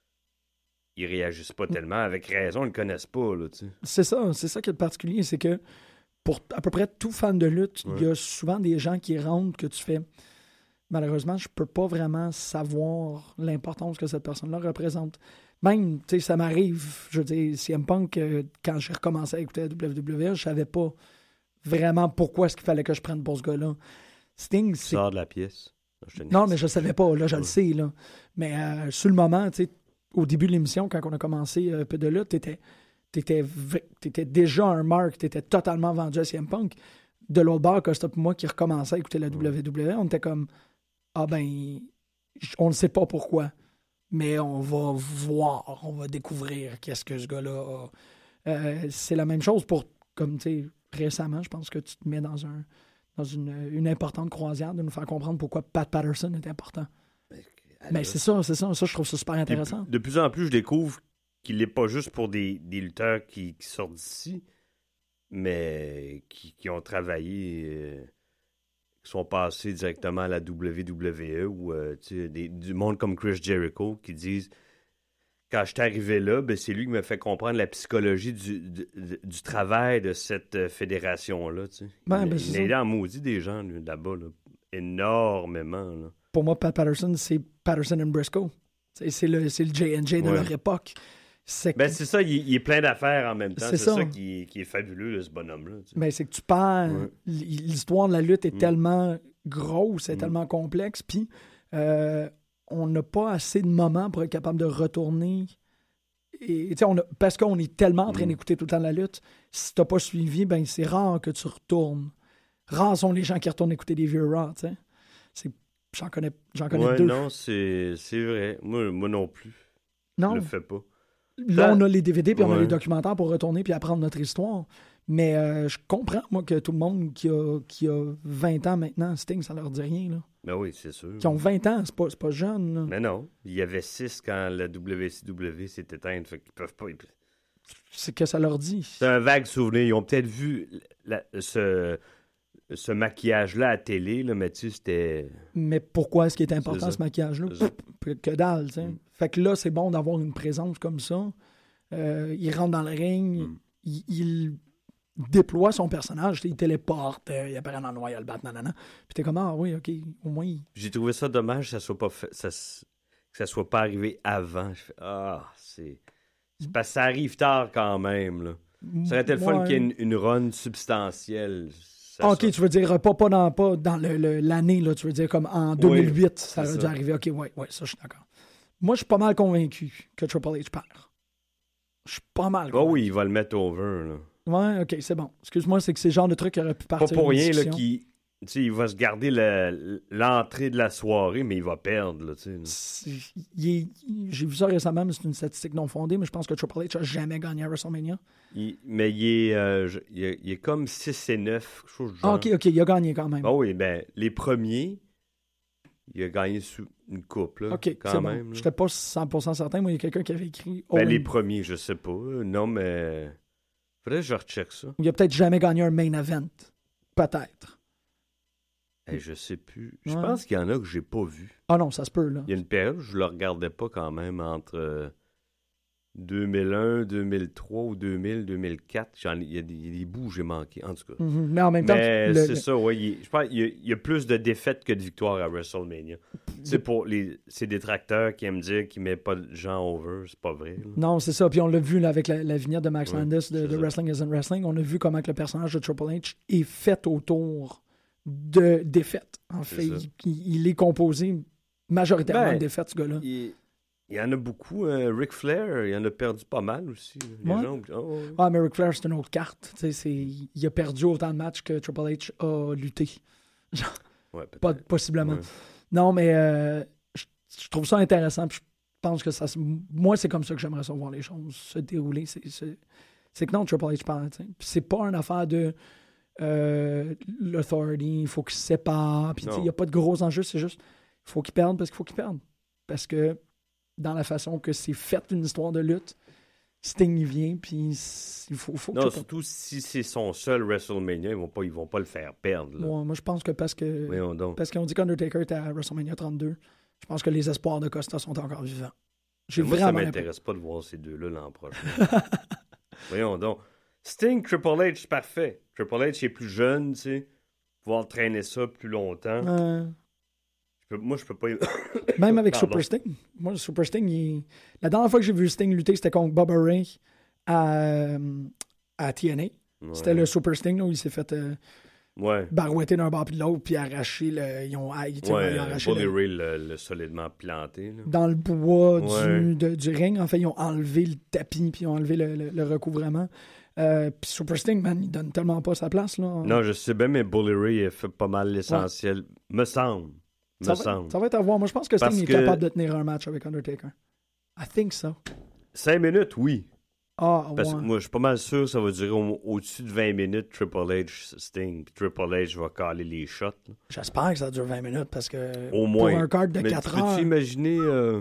ils réagissent pas tellement. Avec raison, ils le connaissent pas, là, tu sais. C'est ça, c'est ça qui est particulier, c'est que pour à peu près tout fan de lutte, il Ouais. y a souvent des gens qui rentrent que tu fais. Malheureusement, je peux pas vraiment savoir l'importance que cette personne-là représente. Même, tu sais, ça m'arrive, je veux dire, C M Punk, euh, quand j'ai recommencé à écouter la W W E, je savais pas vraiment pourquoi est-ce qu'il fallait que je prenne pour ce gars-là. Sting, Tu c'est... sors de la pièce. Je te Non, niaise. mais je savais pas, là, je le Ouais. sais, là. Mais euh, sur le moment, tu sais, au début de l'émission, quand on a commencé un peu de lutte, t'étais, t'étais, v- t'étais déjà un mark, t'étais totalement vendu à C M Punk. De l'autre bord, Costa et moi qui recommençait à écouter la W W E, on était comme, ah ben, j- on ne sait pas pourquoi, mais on va voir, on va découvrir qu'est-ce que ce gars-là a. Euh, c'est la même chose pour, comme, tu sais, récemment, je pense que tu te mets dans un dans une, une importante croisière de nous faire comprendre pourquoi Pat Patterson est important. Mais c'est ça, c'est ça. Ça, je trouve ça super Puis, intéressant. De plus en plus, je découvre qu'il n'est pas juste pour des, des lutteurs qui, qui sortent d'ici, mais qui, qui ont travaillé, euh, qui sont passés directement à la W W E ou euh, tu sais, des- du monde comme Chris Jericho qui disent quand je suis arrivé là, ben, c'est lui qui m'a fait comprendre la psychologie du, du, du travail de cette euh, fédération-là. Tu sais. Ben, il ben, il c'est a aidé ça. en maudit des gens lui, là-bas, là. Énormément. Là. Pour moi, Pat Patterson, c'est Patterson and Briscoe. C'est, c'est le, c'est le J and J de Ouais. leur époque. C'est que, Ben, c'est ça, il, il est plein d'affaires en même temps. C'est C'est, ça. ça, qui, qui est fabuleux, là, ce bonhomme-là. tu sais. ben, c'est que tu perds. Ouais. L'histoire de la lutte est Mm. tellement grosse, est Mm. tellement complexe, puis euh, on n'a pas assez de moments pour être capable de retourner. Et, tu sais, on a- parce qu'on est tellement en train Mm. d'écouter tout le temps la lutte, si t'as pas suivi, ben c'est rare que tu retournes. Rares sont les gens qui retournent écouter des vieux Raw, tu sais. C'est- J'en connais, j'en connais Ouais, deux. non, c'est, c'est vrai. Moi, moi non plus. Non. Je le fais pas. Là, Ça- on a les D V D puis on a Ouais. les documentaires pour retourner puis apprendre notre histoire. Mais euh, je comprends, moi, que tout le monde qui a, qui a vingt ans maintenant, Sting, ça leur dit rien. Là. Ben oui, c'est sûr. Qui ont vingt ans, c'est pas, c'est pas jeune. Là. Mais non, il y avait six quand la W C W s'est éteinte. Fait qu'ils peuvent pas. ils- C'est que ça leur dit. C'est un vague souvenir. Ils ont peut-être vu la- ce, ce maquillage-là à la télé, là, mais tu sais, c'était. Mais pourquoi est-ce qu'il est important, C'est ça. ce maquillage-là? C'est ça. Que que dalle, tu sais. Mm. Fait que là, c'est bon d'avoir une présence comme ça. Euh, il rentre dans le ring, Mm. il, il déploie son personnage, tu sais, il téléporte, euh, il apparaît dans le noyau, le bat, nanana. Puis t'es comme, ah oui, OK, au moins, il- J'ai trouvé ça dommage que ça soit pas fait, ça, s- que ça soit pas arrivé avant. Je fais, ah, c'est. C'est parce que ça arrive tard quand même, là. Ça aurait été le fun Ouais. qu'il y ait une, une run substantielle. Ça Ah, OK, sort- tu veux dire pas, pas dans, pas dans le- le- l'année, là, tu veux dire comme en deux mille huit, ça c'est aurait dû ça. arriver. OK, ouais, ouais, ça, je suis d'accord. Moi, je suis pas mal convaincu que Triple H perd. Je suis pas mal Ah convaincu. oui, il va le mettre over, là. Ouais, OK, c'est bon. Excuse-moi, c'est que c'est le genre de truc qui aurait pu partir. Pas pour d'une rien, là, discussion. qui... Tu sais, il va se garder le- l'entrée de la soirée, mais il va perdre, là, tu sais. C'est- il est- J'ai vu ça récemment, mais c'est une statistique non fondée, mais je pense que Triple H a jamais gagné à WrestleMania. Il- mais il est, euh, je- il, est, il est comme six et neuf, quelque chose du genre. Ah, OK, OK, il a gagné quand même. Ah oui, ben, les premiers, il a gagné sous une coupe, là, OK, quand c'est même. bon. là. Je n'étais pas cent pour cent certain. Moi, il y a quelqu'un qui avait écrit... Ben, Owen- les premiers, je sais pas. Non, mais... Faudrait que je recheck ça. Il a peut-être jamais gagné un main event. Peut-être. Hey, je sais plus. Je Ouais. pense qu'il y en a que j'ai pas vu. Ah non, ça se peut, là. Il y a une période où je le regardais pas quand même entre euh, deux mille un, deux mille trois ou deux mille, deux mille quatre. J'en ai- Il y, a des- il y a des bouts où j'ai manqué, en tout cas. Mhm. Mais en même temps, Mais le- c'est le- ça, oui. il- Je pense qu'il y, a- il y a plus de défaites que de victoires à WrestleMania. C'est pour les ces détracteurs qui aiment dire qu'il met pas de gens over, c'est pas vrai. là. Non, c'est ça. Puis on l'a vu là, avec la, la vignette de Max Ouais, Landis de, c'est de ça. Wrestling Isn't Wrestling. On a vu comment que le personnage de Triple H est fait autour de défaites. En C'est fait, ça. il, il- il est composé majoritairement Ben, de défaites, ce gars-là. Il, il y en a beaucoup. Hein. Ric Flair, il en a perdu pas mal aussi. Les Ouais. gens oublient- oh, ouais. Ah, mais Ric Flair, c'est une autre carte. Tu sais, c'est- il a perdu autant de matchs que Triple H a lutté. Ouais, peut-être. Pas, possiblement. Ouais. Non, mais euh, je, je trouve ça intéressant. Puis je pense que ça. se- Moi, c'est comme ça que j'aimerais ça voir les choses se dérouler. C'est, c'est, c'est que non, Triple H parle. tu sais. Puis c'est pas une affaire de euh, l'authority, il faut qu'ils se séparent. Puis tu sais, il Non. n'y a pas de gros enjeux. C'est juste, il faut qu'ils perdent parce qu'il faut qu'ils perdent. Parce que dans la façon que c'est fait une histoire de lutte, Sting il vient, puis il faut, faut que Non, tu- surtout si c'est son seul WrestleMania, ils vont pas, ils vont pas le faire perdre. Là. Moi, moi, je pense que parce que Voyons donc. parce qu'on dit qu'Undertaker était à WrestleMania trente-deux, je pense que les espoirs de Costa sont encore vivants. J'ai Moi, ça vraiment m'intéresse pas de voir ces deux-là l'an prochain. Voyons donc. Sting, Triple H, c'est parfait. Triple H est plus jeune, tu sais. Pouvoir traîner ça plus longtemps. Euh, Je peux- moi, je peux pas... même avec Pardon. Super Sting. Moi, Super Sting, il- la dernière fois que j'ai vu Sting lutter, c'était contre Bubba Ray à, à T N A. Ouais. C'était le Super Sting là, où il s'est fait euh, Ouais. barouetter d'un bord puis de l'autre, puis arracher le. Ils ont, ah, tu sais, Ouais, ils ont euh, arraché Bully le- Ray l'a l'a solidement planté. Là. dans le bois Ouais. du, de- du ring. En fait, ils ont enlevé le tapis, puis ils ont enlevé le, le- le recouvrement. Euh, puis Super Sting, man, il donne tellement pas sa place. Là. Non, je sais bien, mais Bully Ray a fait pas mal l'essentiel. Me semble. Me Ça va, semble. ça va être à voir. Moi, je pense que Sting Parce est que- capable de tenir un match avec Undertaker. I think so. Cinq minutes, oui. Ah, Parce ouais. que moi, je suis pas mal sûr que ça va durer au- au-dessus de vingt minutes, Triple H, Sting. Puis Triple H va caler les shots. là. J'espère que ça dure vingt minutes parce que Au moins. pour un card de Mais quatre peux-tu heures. imaginer, euh,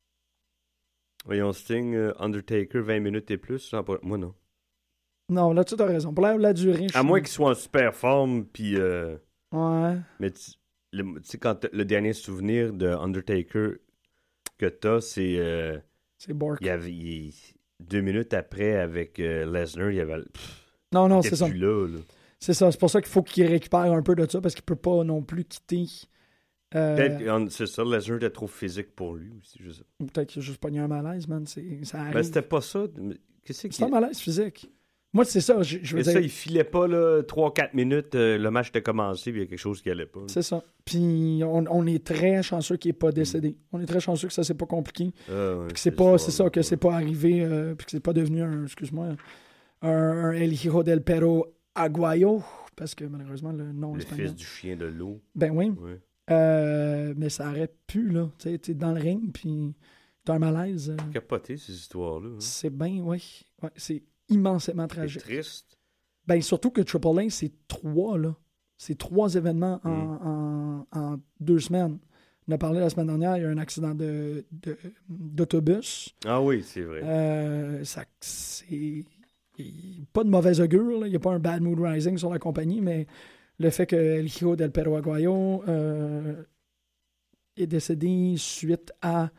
voyons, Sting, euh, Undertaker, vingt minutes et plus? Non, pas- moi, non. Non, là, tu as raison. Pour la, la durée, je À suis- moins qu'il soit en super forme, puis... euh, Ouais. mais tu le- tu sais, quand t'as- le dernier souvenir de Undertaker que t'as, c'est... euh, C'est Bork. il y avait... il- deux minutes après, avec euh, Lesnar, il y avait... pff, Non, non, il c'est était ça. plus là, là. C'est ça. C'est pour ça qu'il faut qu'il récupère un peu de ça parce qu'il peut pas non plus quitter. euh, Peut-être que c'est ça, Lesnar était trop physique pour lui aussi, je sais pas. ou Peut-être qu'il a juste pogné un malaise, man. C'est, ça arrive. Ben, c'était pas ça. mais Qu'est-ce c'est qu'il... un malaise physique. Moi, c'est ça. Je, je veux Mais dire. ça, il filait pas, là, trois quatre minutes, euh, le match était commencé, puis il y a quelque chose qui allait pas. là. C'est ça. Puis on, on est très chanceux qu'il n'est pas décédé. On est très chanceux que ça s'est pas compliqué. Ah, ouais, Puis que c'est le pas, soir, c'est ça, là, que ouais. c'est pas arrivé, euh, puis que c'est pas devenu un, excuse-moi, un, un El Hijo del Perro Aguayo, parce que malheureusement le nom Le espagnol. fils du chien de l'eau. Ben oui. Ouais. Euh, mais ça aurait pu, là. Tu sais, t'es dans le ring, puis t'as un malaise. euh, Capoté, ces histoires-là. hein. c'est bien, oui. Ouais, c'est immensément C'est tragique. triste. Ben surtout que Triple H, c'est trois, là. C'est trois événements en, Mm. en, en deux semaines. On a parlé la semaine dernière, il y a eu un accident de, de- d'autobus. Ah oui, c'est vrai. Euh, ça, c'est il- pas de mauvais augure, là. Il n'y a pas un bad mood rising sur la compagnie, mais le fait que El Hijo del Perro Aguayo euh, est décédé suite à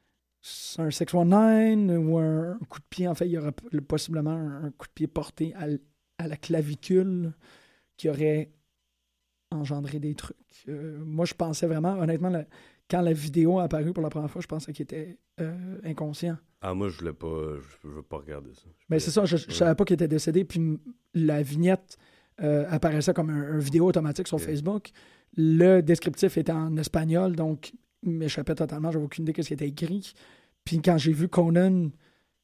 un six cent dix-neuf ou un, un coup de pied, en fait, il y aura p- possiblement un, un coup de pied porté à, l- à la clavicule qui aurait engendré des trucs. Euh, moi, je pensais vraiment, honnêtement, la- quand la vidéo a apparu pour la première fois, je pensais qu'il était euh, inconscient. Ah, moi, je voulais pas... Je veux pas regarder ça. Je Mais peux- c'est ça, je, je Ouais. savais pas qu'il était décédé, puis m- la vignette euh, apparaissait comme un, un vidéo automatique sur Ok. Facebook. Le descriptif était en espagnol, donc il m'échappait totalement, j'avais aucune idée de ce qui était écrit. Puis quand j'ai vu Conan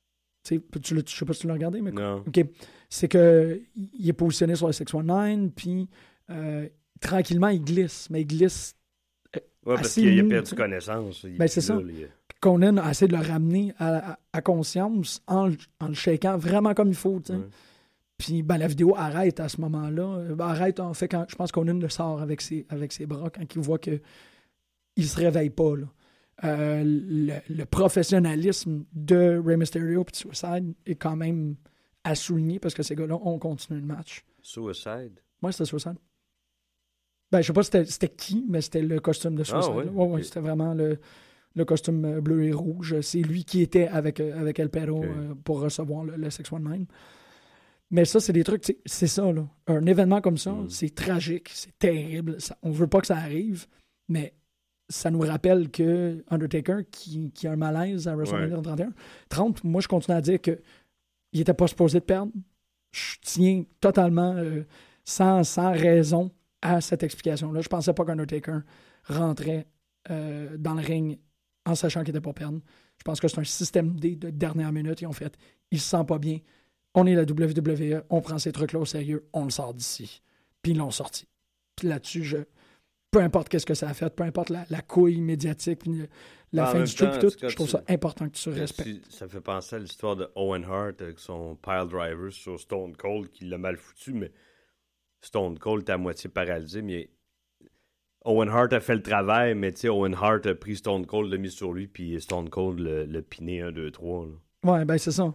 Tu sais, tu, je sais pas si tu l'as regardé, mais... Non. OK. C'est que il est positionné sur le six cent dix-neuf, puis euh, tranquillement, il glisse. Mais il glisse euh, Ouais, parce assez qu'il a mou, perdu t'sais. connaissance. Il Ben, c'est ça. là, il- Conan a essayé de le ramener à, à, à conscience en, le- en le shakant vraiment comme il faut, tu sais. Ouais. Puis ben, la vidéo arrête à ce moment-là. Euh, ben, arrête, en fait, quand je pense que Conan le sort avec ses, avec ses bras quand il voit que il se réveille pas, là. Euh, le, le professionnalisme de Rey Mysterio et de Suicide est quand même à souligner parce que ces gars-là ont continué le match. Suicide. Moi, c'était Suicide. Ben, je sais pas c'était, c'était qui, mais c'était le costume de Suicide. Ah, ouais? là. Ouais, ouais, Ok. c'était vraiment le, le costume euh, bleu et rouge. C'est lui qui était avec, euh, avec El Perro Ok. euh, pour recevoir le, le six cent dix-neuf. Mais ça, c'est des trucs, c'est, c'est ça, là. Un événement comme ça, Mm. c'est tragique, c'est terrible. Ça, on veut pas que ça arrive, mais ça nous rappelle que Undertaker, qui, qui a un malaise à WrestleMania Ouais. trente et un, trente, moi, je continue à dire que il était pas supposé de perdre. Je tiens totalement, euh, sans, sans raison, à cette explication-là. Je pensais pas qu'Undertaker rentrait euh, dans le ring en sachant qu'il était pas perdre. Je pense que c'est un système D de dernière minute. Ils ont fait, il se sent pas bien. On est la W W E, on prend ces trucs-là au sérieux, on le sort d'ici. Puis ils l'ont sorti. Puis là-dessus, je... peu importe qu'est-ce que ça a fait, peu importe la, la couille médiatique, puis le- la En fin même du truc, temps, puis tout, Scott, je trouve tu- ça important que tu respectes. Ça fait penser à l'histoire de Owen Hart avec son pile driver sur Stone Cold qui l'a mal foutu, mais Stone Cold était à moitié paralysé, mais Owen Hart a fait le travail, mais tu sais, Owen Hart a pris Stone Cold, l'a mis sur lui, puis Stone Cold l'a, l'a piné un, deux, trois. Là. Ouais, ben c'est ça.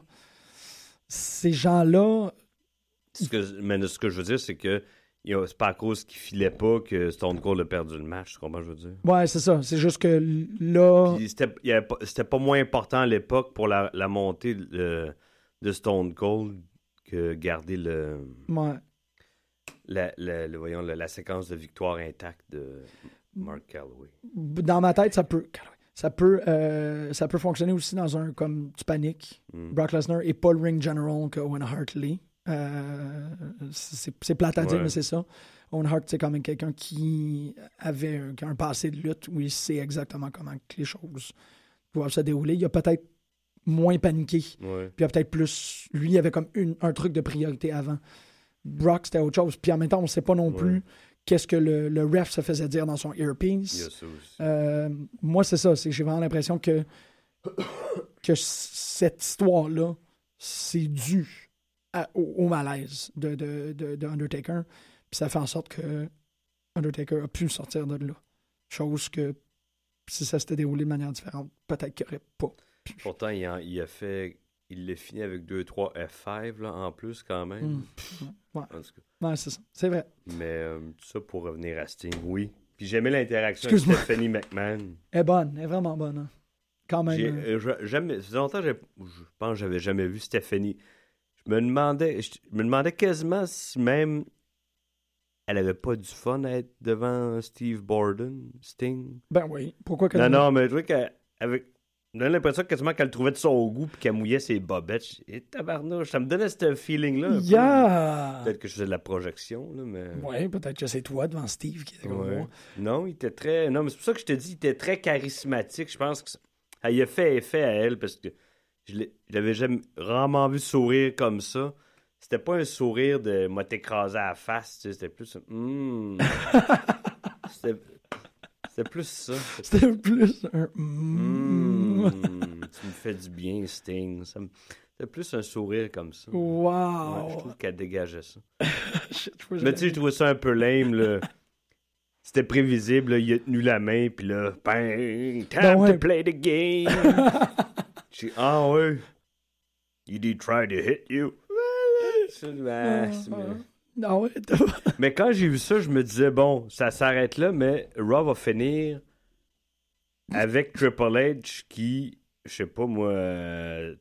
Ces gens-là, Ce que, mais ce que je veux dire, c'est que il y a- c'est pas à cause qu'il filait pas que Stone Cold a perdu le match, tu comprends ce que je veux dire? ouais, c'est ça. C'est juste que là, Puis c'était, il y avait pas- c'était pas moins important à l'époque pour la, la montée de, de Stone Cold que garder le, ouais, la, la- le- voyons, la, la séquence de victoire intacte de Mark Calloway. dans ma tête, ça peut, ça peut, euh, ça peut fonctionner aussi dans un comme tu paniques. Mm. Brock Lesnar est pas le ring general que Owen Hart l'est. Euh, c'est, c'est plate à dire, Ouais. mais c'est ça. Owen Hart, c'est quand même quelqu'un qui avait un, qui a un passé de lutte où il sait exactement comment que les choses doivent se dérouler. Il a peut-être moins paniqué. Ouais. Puis il y a peut-être plus. Lui, il avait comme une, un truc de priorité avant. Brock, c'était autre chose. Puis en même temps, on ne sait pas non Ouais. plus qu'est-ce que le, le ref se faisait dire dans son earpiece. Il y a ça aussi. Euh, moi, c'est ça. C'est que j'ai vraiment l'impression que, que cette histoire-là, c'est dû à- au, au malaise de, de, de, de Undertaker. Puis ça fait en sorte que Undertaker a pu sortir de là. Chose que si ça s'était déroulé de manière différente, peut-être qu'il n'aurait pas pu. Pourtant, il a, il a fait. Il l'a fini avec deux trois F cinq là, en plus, quand même. Mm. Ouais. En tout cas. Ouais, c'est ça. C'est vrai. Mais euh, tout ça pour revenir à Sting, oui. Puis j'aimais l'interaction Excuse-moi. avec Stephanie McMahon. Elle est bonne. Elle est vraiment bonne. Hein. Quand même. J'ai, euh, euh, je- jamais, ça faisait longtemps que j'ai- je pense que j'avais jamais vu Stephanie. Je me demandais, je me demandais quasiment si même elle avait pas du fun à être devant Steve Borden, Sting. Ben oui. Pourquoi que Non, non, mais je trouvais qu'elle avait. J'ai l'impression quasiment qu'elle le trouvait de son goût puis qu'elle mouillait ses bobettes. Et tabarnouche, ça me donnait ce feeling-là. un peu. Yeah! Peut-être que je faisais de la projection, là, mais. Ouais, peut-être que c'est toi devant Steve qui était comme Ouais. moi. Non, il était très. Non, mais c'est pour ça que je te dis, il était très charismatique. Je pense que ça ça y a fait effet à elle parce que je l'ai- je l'avais jamais vraiment vu sourire comme ça. C'était pas un sourire de moi t'écraser à la face, tu sais, c'était plus un. Hmm. c'était... c'était plus ça. C'était plus un. Hmm, Mm. tu me fais du bien, Sting. Ça me- C'était plus un sourire comme ça. Wow! Ouais, je trouve qu'elle dégageait ça. Shit, je vois Mais tu sais, je trouvais ça un peu lame, là. C'était prévisible, là. Il a tenu la main, puis là, bang, time Ben ouais. to play the game. J'ai dit, ah ouais. You did try to hit you. C'est- ouais, c'est- mais... Ah ouais, t'as- mais quand j'ai vu ça, je me disais, bon, ça s'arrête là, mais Raw va finir avec Triple H qui, je sais pas moi, euh,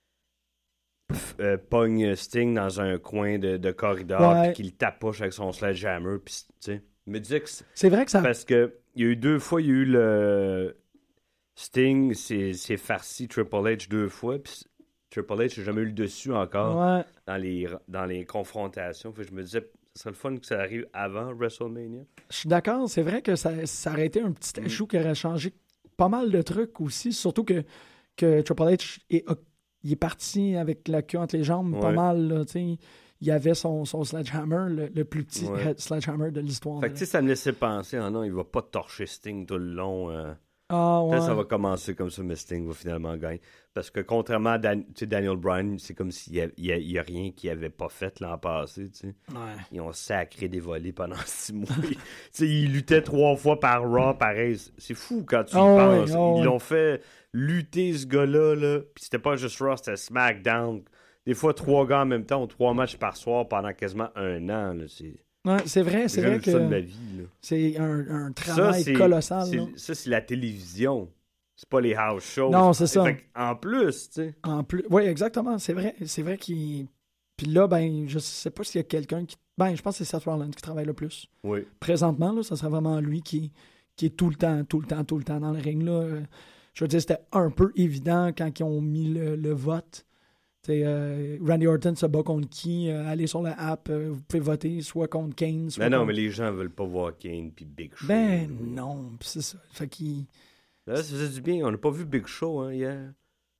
f- euh, pogne Sting dans un coin de, de corridor, Ouais. puis qu'il le tapoche avec son sledgehammer, puis tu sais. Je me disais que c'est C'est vrai que ça. parce que il y a eu deux fois, il y a eu le Sting, c'est c'est farci Triple H deux fois, puis Triple H n'a jamais eu le dessus encore Ouais. dans les dans les confrontations. Fait que je me disais, ce serait le fun que ça arrive avant WrestleMania. Je suis d'accord, c'est vrai que ça, ça aurait été un petit Mm. échou qui aurait changé pas mal de trucs aussi, surtout que, que Triple H est- a il est parti avec la queue entre les jambes, Ouais. pas mal, là, tu sais. Il y avait son, son sledgehammer, le, le plus petit Ouais. sledgehammer de l'histoire. Fait que, tu sais, ça me laissait penser, ah non, il va pas torcher Sting tout le long. euh. Ah, ouais. Peut-être que ça va commencer comme ça, mais Sting va finalement gagner. Parce que contrairement à Dan- tu sais, Daniel Bryan, c'est comme s'il n'y a, il y a- il y a rien qu'il avait pas fait l'an passé. Tu sais. Ouais. Ils ont sacré des volets pendant six mois. Tu sais, ils luttaient trois fois par Raw, pareil. C'est fou quand tu y Oh, penses. ouais, oh, Ils ouais. l'ont fait lutter, ce gars-là. Là. Puis c'était pas juste Raw, c'était SmackDown. Des fois, trois gars en même temps, ou trois matchs par soir pendant quasiment un an. Là. C'est... Ouais, c'est vrai, c'est J'ai vrai jamais vu ça de ma que vie. Là. c'est un, un Ça, travail c'est- colossal. c'est- là. Ça, c'est la télévision. C'est pas les house shows. Non, c'est ça. Fait en plus, tu sais. En plus, oui, exactement. C'est vrai. C'est vrai qu'il. Puis là, ben, je sais pas s'il y a quelqu'un qui. Ben, je pense que c'est Seth Rollins qui travaille le plus. Oui. Présentement, là, ça serait vraiment lui qui, qui est tout le temps, tout le temps, tout le temps dans le ring. Là. Euh, Je veux dire, c'était un peu évident quand ils ont mis le, le vote. T'sais, euh, Randy Orton se bat contre qui? Euh, allez sur la app, euh, vous pouvez voter soit contre Kane, soit Mais non, contre... mais les gens veulent pas voir Kane puis Big Show. Ben non, pis c'est ça. Fait qu'il... Là, ça faisait du bien. On n'a pas vu Big Show hein, hier.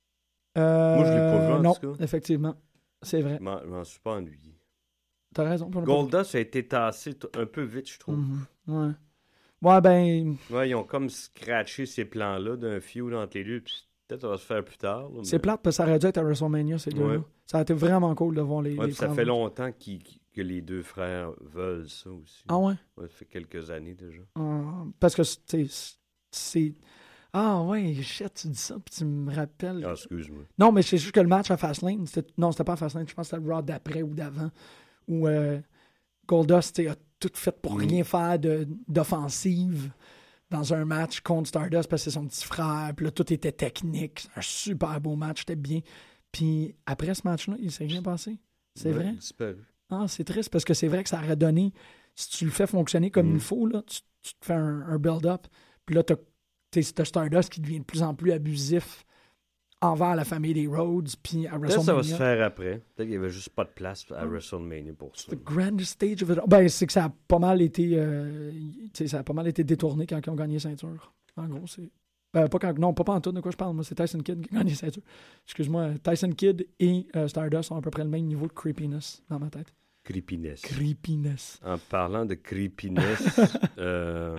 Euh, Moi, je l'ai pas vu, en non, tout cas. effectivement. C'est vrai. Je m'en, je m'en suis pas ennuyé. T'as raison. on l'a pas vu. Goldust a été tassé t- un peu vite, je trouve. Mhm. Ouais. Ouais, ben, Ouais, ils ont comme scratché ces plans-là d'un feud entre les deux. Puis peut-être ça va se faire plus tard. là, c'est mais- plate parce que ça aurait dû être à WrestleMania, ces deux-là. Ouais. Ça a été vraiment cool de voir les, Ouais, les puis ça frères. fait longtemps qu'ils- qu'ils- que les deux frères veulent ça aussi. Ah ouais? Ouais, ça fait quelques années déjà. Ah, parce que c'est... c'est... Ah ouais, shit, tu dis ça, puis tu me rappelles... Ah, excuse-moi. Non, mais c'est juste que le match à Fastlane, c'était... non, c'était pas à Fastlane, je pense que c'était le Raw d'après ou d'avant, où euh, Goldust t'sais, a tout fait pour Mm. rien faire de, d'offensive dans un match contre Stardust parce que c'est son petit frère, puis là, tout était technique, c'est un super beau match, c'était bien. Puis après ce match-là, il s'est rien passé. C'est Ouais, vrai? disparu. Ah, c'est triste parce que c'est vrai que ça aurait donné, si tu le fais fonctionner comme Mm. il faut, là, tu, tu te fais un, un build-up, puis là, t'as, t'sais, t'as Stardust qui devient de plus en plus abusif envers la famille des Rhodes, puis à Peut-être que ça va WrestleMania. se faire après. Peut-être qu'il n'y avait juste pas de place à WrestleMania pour ça. The grandest stage of it all. Ben, c'est que ça a pas mal été, euh, t'sais, ça a pas mal été détourné quand ils ont gagné ceinture. En gros, c'est... Euh, pas quand... Non, pas, pas en tout de quoi je parle. Moi, c'est Tyson Kidd qui a gagné ceinture. Excuse-moi, Tyson Kidd et euh, Stardust ont à peu près le même niveau de creepiness dans ma tête. Creepiness. Creepiness. En parlant de creepiness, euh,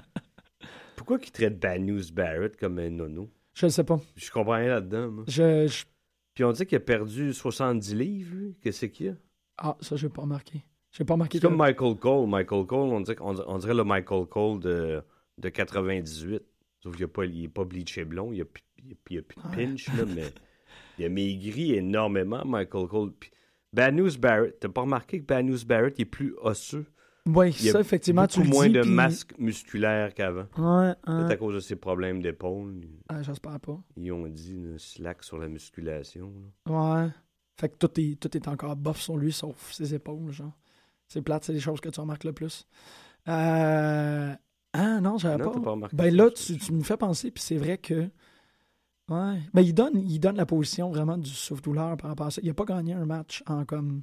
pourquoi qu'ils traitent Bad News Barrett comme un nono? Je le sais pas. Je comprends rien là-dedans, moi. Je... je- Puis on dit qu'il a perdu soixante-dix livres, lui. Qu'est-ce que qu'il y a? Ah, ça, j'ai pas remarqué. J'ai pas remarqué C'est comme que- Michael Cole. Michael Cole, on dirait, on, on dirait le Michael Cole de, de quatre-vingt-dix-huit. Sauf qu'il n'est pas, pas bleaché blond, il n'y a, plus- il y a, il y a plus de pinch, là, mais il a maigri énormément, Michael Cole. Puis Bad News Barrett, t'as pas remarqué que Bad News Barrett est plus osseux? Oui, Il y a ça, effectivement, tu beaucoup le moins dis, de puis- masse musculaire qu'avant. Ouais, Peut-être ouais. à cause de ses problèmes d'épaule. Ah, j'espère pas. Ils ont dit une slack sur la musculation. là. Ouais. Fait que tout est, tout est encore bof sur lui, sauf ses épaules, genre. C'est plate, c'est les choses que tu remarques le plus. Euh... Ah non, j'avais Non, pas. t'as pas remarqué Ben ça, là, c'est- tu, tu me fais penser, puis c'est vrai que... Ouais. Ben il donne, il donne la position vraiment du souffle-douleur par rapport à ça. Il a pas gagné un match en comme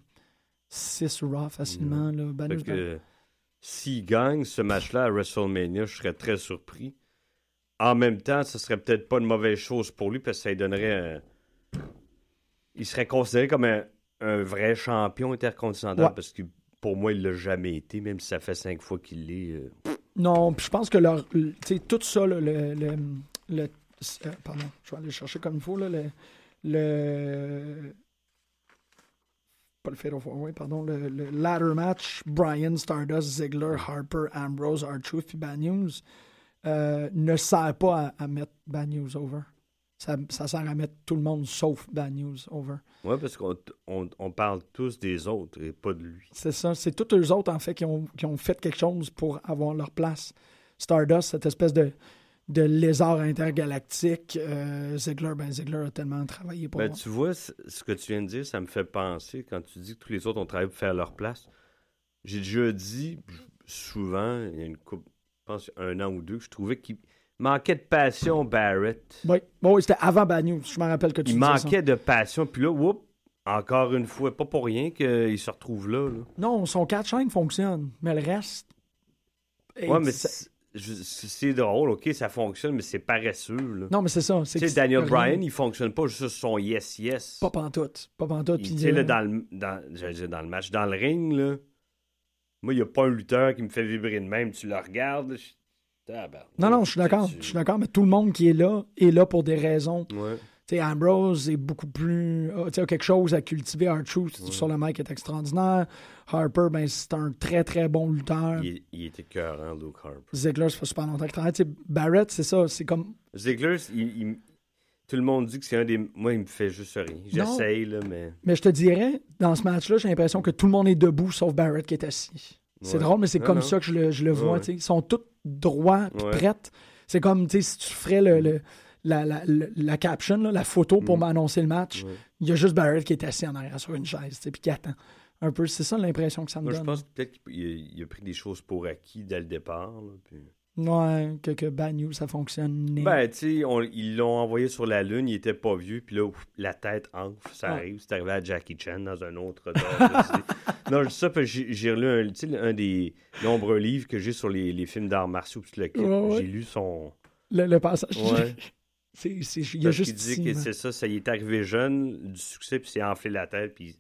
six Raw facilement, là. Ben, Fait nous- que s'il gagne ce match-là à WrestleMania, je serais très surpris. En même temps, ce serait peut-être pas une mauvaise chose pour lui parce que ça lui donnerait un... Il serait considéré comme un, un vrai champion intercontinental Ouais. parce que pour moi, il l'a jamais été, même si ça fait cinq fois qu'il l'est. euh. Non, puis je pense que leur, le- tu sais, tout ça, là, le, le, le- euh, pardon, je vais aller le chercher comme il faut, là, le, le pas le Fatal Four Way, pardon, le, le ladder match, Bryan, Stardust, Ziggler, Harper, Ambrose, R-Truth puis Bad News, euh, ne sert pas à, à mettre Bad News over. Ça, ça sert à mettre tout le monde sauf Bad News over. Ouais, parce qu'on on, on parle tous des autres et pas de lui. C'est ça. C'est tous eux autres, en fait, qui ont, qui ont fait quelque chose pour avoir leur place. Stardust, cette espèce de, de lézard intergalactique. Euh, Ziggler, ben Ziggler a tellement travaillé pour... Ben, tu vois, c- ce que tu viens de dire, ça me fait penser quand tu dis que tous les autres ont travaillé pour faire leur place. J'ai déjà dit, souvent, il y a une couple, je pense un an ou deux, que je trouvais qu'il manquait de passion, Barrett. Oui, bon, oui, c'était avant Bad News. Je me rappelle que tu Il disais manquait ça. de passion, puis là, whoop, encore une fois, pas pour rien qu'il se retrouve là. là. Non, son catch line fonctionne, mais le reste... Ouais, mais ça- c- je, c'est drôle, OK, ça fonctionne, mais c'est paresseux. Là. Non, mais c'est ça. Tu sais, Daniel Bryan, il fonctionne pas juste sur son yes-yes. Pas pantoute. Pas pantoute. Tu sais, là, dans le, dans, j'allais dire dans le match, dans le ring, là, moi, il n'y a pas un lutteur qui me fait vibrer de même. Tu le regardes, je... ah, ben, non, non, je suis d'accord. Je suis d'accord, mais tout le monde qui est là est là pour des raisons. Ouais. Tu sais, Ambrose est beaucoup plus... Tu sais, quelque chose à cultiver. R-Truth ouais. sur le mic est extraordinaire. Harper, ben, c'est un très, très bon lutteur. Il, il était écœurant, Luke Harper. Ziggler, ça fait super longtemps qu'il travaille. Tu sais, Barrett, c'est ça. C'est comme... Ziggler, il, il, tout le monde dit que c'est un des... Moi, il me fait juste rien. J'essaye, là, mais... Mais je te dirais, dans ce match-là, j'ai l'impression que tout le monde est debout, sauf Barrett qui est assis. C'est ouais. drôle, mais c'est non, comme non. ça que je le, je le vois. Ouais. T'sais. Ils sont tous droits et ouais. prêts. C'est comme si tu ferais le, le, la, la, la, la caption, là, la photo pour mm. m'annoncer le match. Ouais. Il y a juste Barrett qui est assis en arrière sur une chaise et qui attend. Un peu, c'est ça l'impression que ça me Moi, donne. Je pense que peut-être qu'il a, il a pris des choses pour acquis dès le départ. Là, puis... Ouais, que, que Bad News, ça fonctionne. Ben, tu sais, ils l'ont envoyé sur la Lune, il était pas vieux, puis là, ouf, la tête enfle, ça ouais. arrive. C'est arrivé à Jackie Chan dans un autre. Non, je dis ça, parce que j'ai, j'ai relu un, un des nombreux livres que j'ai sur les, les films d'arts martiaux, puis le kit. Ouais, ouais. J'ai lu son. Le, le passage. Ouais. c'est, c'est, il y a juste. Il dit que c'est ça, ça y est arrivé jeune, du succès, puis s'est enflé la tête, puis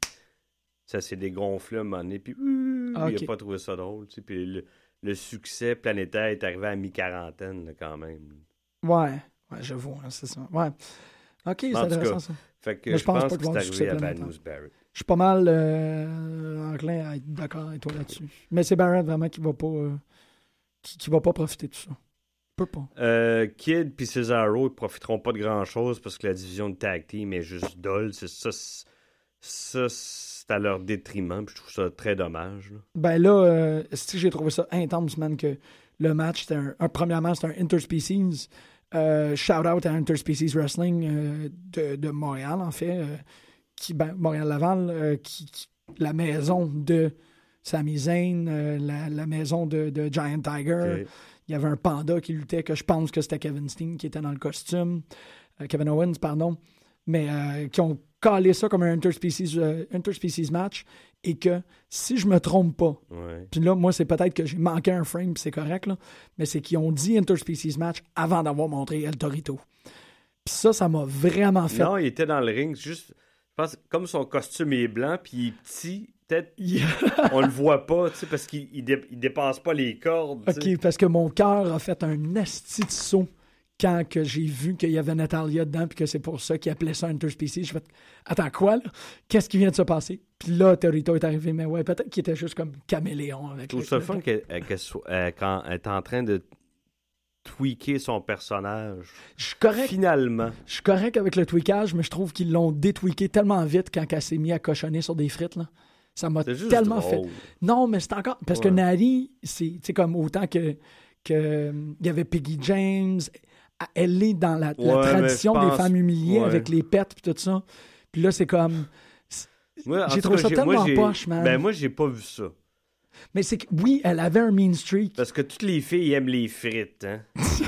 ça s'est dégonflé à un moment donné, puis euh, ah, okay. il a pas trouvé ça drôle, tu sais, puis le. Le succès planétaire est arrivé à mi-quarantaine, là, quand même. Ouais, ouais, j'avoue, hein, c'est ça. Ouais. OK, c'est intéressant, ça. Fait que mais je pense, pense que, que c'est arrivé à Bad News Barrett. Je suis pas mal euh, enclin à être d'accord avec toi là-dessus. Mais c'est Barrett, vraiment, qui va pas euh, qui, qui va pas profiter de ça. Peut pas. Euh, Kid puis Cesaro, ils profiteront pas de grand-chose parce que la division de tag team est juste dolle. C'est ça, c'est, ça, c'est à leur détriment, puis je trouve ça très dommage. Là. Ben là, euh, si j'ai trouvé ça intense, man, que le match, c'était un, un premièrement, c'était un interspecies. Euh, shout-out à Interspecies Wrestling euh, de, de Montréal, en fait, euh, qui, ben, Montréal-Laval, euh, qui, qui, la maison de Sami Zayn, euh, la, la maison de, de Giant Tiger. Okay. Il y avait un panda qui luttait, que je pense que c'était Kevin Steen qui était dans le costume. Euh, Kevin Owens, pardon. Mais euh, qui ont calé ça comme un interspecies, euh, interspecies match et que, si je me trompe pas, ouais. puis là, moi, c'est peut-être que j'ai manqué un frame, puis c'est correct, là, mais c'est qu'ils ont dit interspecies match avant d'avoir montré El Torito. Puis ça, ça m'a vraiment fait... Non, il était dans le ring, juste, je pense, comme son costume est blanc, puis il est petit, peut-être, on le voit pas, tu sais, parce qu'il il dé, il dépasse pas les cordes. OK, t'sais. Parce que mon cœur a fait un asti de saut quand que j'ai vu qu'il y avait Natalia dedans puis que c'est pour ça qu'ils appelaient ça Interspecies. Je fais attends, quoi, là? Qu'est-ce qui vient de se passer? Puis là, Torito est arrivé, mais ouais, peut-être qu'il était juste comme caméléon. Avec je trouve ça le fun qu'elle, qu'elle soit, euh, quand elle est en train de tweaker son personnage. Je suis correct. Finalement. Je suis correct avec le tweakage, mais je trouve qu'ils l'ont détweaké tellement vite quand elle s'est mise à cochonner sur des frites, là. Ça m'a tellement drôle. fait... Non, mais c'est encore... Parce ouais. que Nari, c'est comme autant que... que il y avait Peggy James... Elle est dans la, la ouais, tradition pense... des femmes humiliées ouais. avec les pets et tout ça. Puis là, c'est comme... Ouais, j'ai trouvé cas, ça j'ai, tellement moi, poche, man. Ben moi, j'ai pas vu ça. Mais c'est que, oui, elle avait un mean streak. Parce que toutes les filles aiment les frites, hein.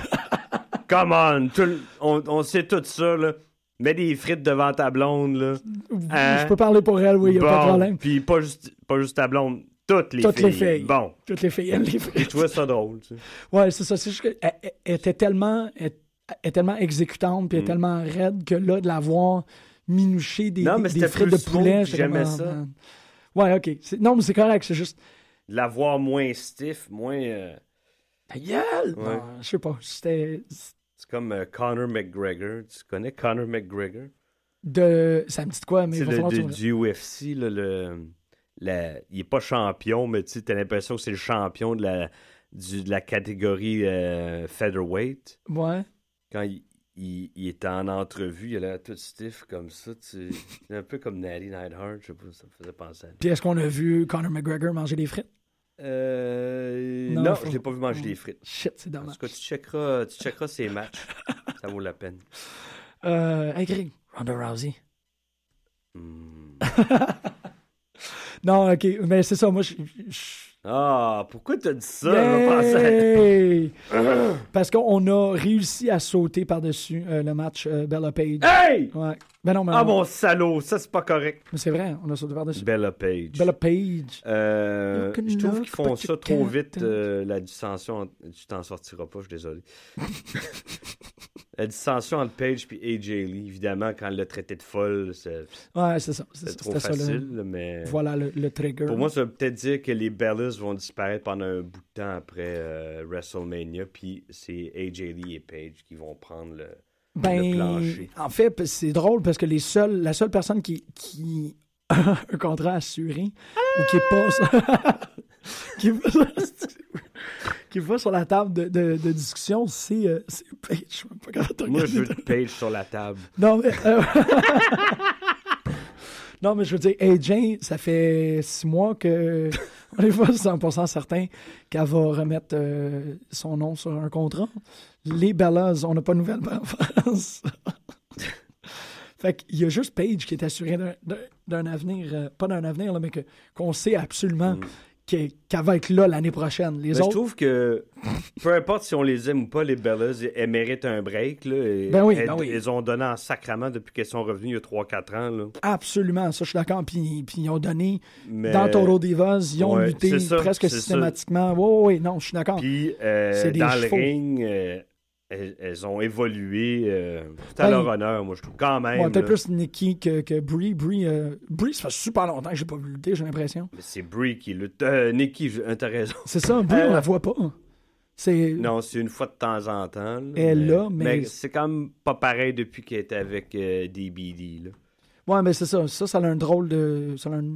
Come on! Tout, on, on sait tout ça, là. Mets des frites devant ta blonde, là. Hein? Je peux parler pour elle, oui, il n'y a bon, pas de problème. Puis pas juste, pas juste ta blonde. Toutes les Toutes filles. les filles. Bon. Toutes les filles aiment les frites. Je trouvais ça drôle, tu sais. Ouais, c'est ça. C'est juste qu'elle elle, elle était tellement... Elle, elle est tellement exécutante puis elle est mm. tellement raide que là, de la voir minoucher des, non, des, des frites de poulet, j'aimais ça. Man. Ouais, OK. C'est, non, mais c'est correct, c'est juste... De la voir moins stiff, moins... Euh... Ta gueule! Ouais. Non, je sais pas. C'était... C'est comme euh, Conor McGregor. Tu connais Conor McGregor? De... Ça me dit quoi? Mais c'est il va le, falloir de, du U F C, là, le... La... il est pas champion, mais tu as l'impression que c'est le champion de la, du, de la catégorie euh, featherweight. Ouais. Quand il, il, il était en entrevue, il a l'air tout stiff comme ça. Tu... un peu comme Natty Neidhart, je sais pas, ça me faisait penser à lui. Puis est-ce qu'on a vu Conor McGregor manger des frites? Euh... Non, non faut... je l'ai pas vu manger oh. des frites. Shit, c'est dommage. En tout cas, tu checkeras, tu checkeras ses matchs. Ça vaut la peine. Euh, hey Greg, Ronda Rousey. Mm. Non, OK, mais c'est ça, moi, je, je, Ah, pourquoi t'as dit ça? Hey! Parce qu'on a réussi à sauter par-dessus euh, le match euh, Bella Page. Hey! Ouais. Ben non, mais Ah, on- mon salaud, ça, c'est pas correct. mais c'est vrai, on a sauté par-dessus. Bella Page. Bella Page. Euh, You can je trouve look, qu'ils font but ça you trop can't. vite, euh, la dissension. entre- Tu t'en sortiras pas, je suis désolé. La dissension entre Page et A J Lee, évidemment, quand elle l'a traité de folle, c'est Ouais, c'est ça. c'est c'est ça, trop c'était ça, facile, le- là, mais... Voilà le, le trigger. Pour moi, ça veut peut-être dire que les Bellas vont disparaître pendant un bout de temps après euh, WrestleMania, puis c'est A J Lee et Page qui vont prendre le, le Ben, plancher. en fait, p- c'est drôle parce que les seuls, la seule personne qui, qui a un contrat assuré ou qui est pas sur, qui, va, qui va sur la table de, de, de discussion, c'est euh, c'est Page. Je sais même pas comment t'as Moi, je veux regardé. Page sur la table. Non, mais... euh, non, mais je veux dire, A J, ça fait six mois que on est pas cent pour cent certain qu'elle va remettre euh, son nom sur un contrat. Les Bellas, on n'a pas de nouvelles en France. Fait qu'il y a juste Paige qui est assuré d'un, d'un, d'un avenir, euh, pas d'un avenir, là, mais que, qu'on sait absolument Mm. qu'elle, qu'elle va être là l'année prochaine. Les Mais je autres, trouve que, peu importe si on les aime ou pas, les Bellas, elles méritent un break. Là, et Ben oui, elles, ben oui. elles ont donné en sacrament depuis qu'elles sont revenues il y a trois quatre ans. Là. absolument, ça je suis d'accord. Puis, puis ils ont donné, Mais... dans Total Divas, ils ont Ouais, lutté c'est ça, presque c'est ça. systématiquement. Oui, oui, oui, non, je suis d'accord. Puis, euh, C'est des dans chevaux. le ring, euh, elles, elles ont évolué euh, tout à Ben, leur honneur, moi, je trouve, quand même. Ouais, peut-être là. plus Nikki que, que Brie. Brie, euh, Brie, ça fait super longtemps que j'ai pas vu lutter, j'ai l'impression. Mais c'est Brie qui lutte. Euh, Nikki, je- euh, t'as raison. C'est ça, Brie, Euh, on la voit pas. C'est... Non, c'est une fois de temps en temps. là, Elle mais, là, mais- c'est quand même pas pareil depuis qu'elle était avec euh, D B D. Là. Ouais, mais c'est ça. Ça, ça a un drôle de... Ça a un-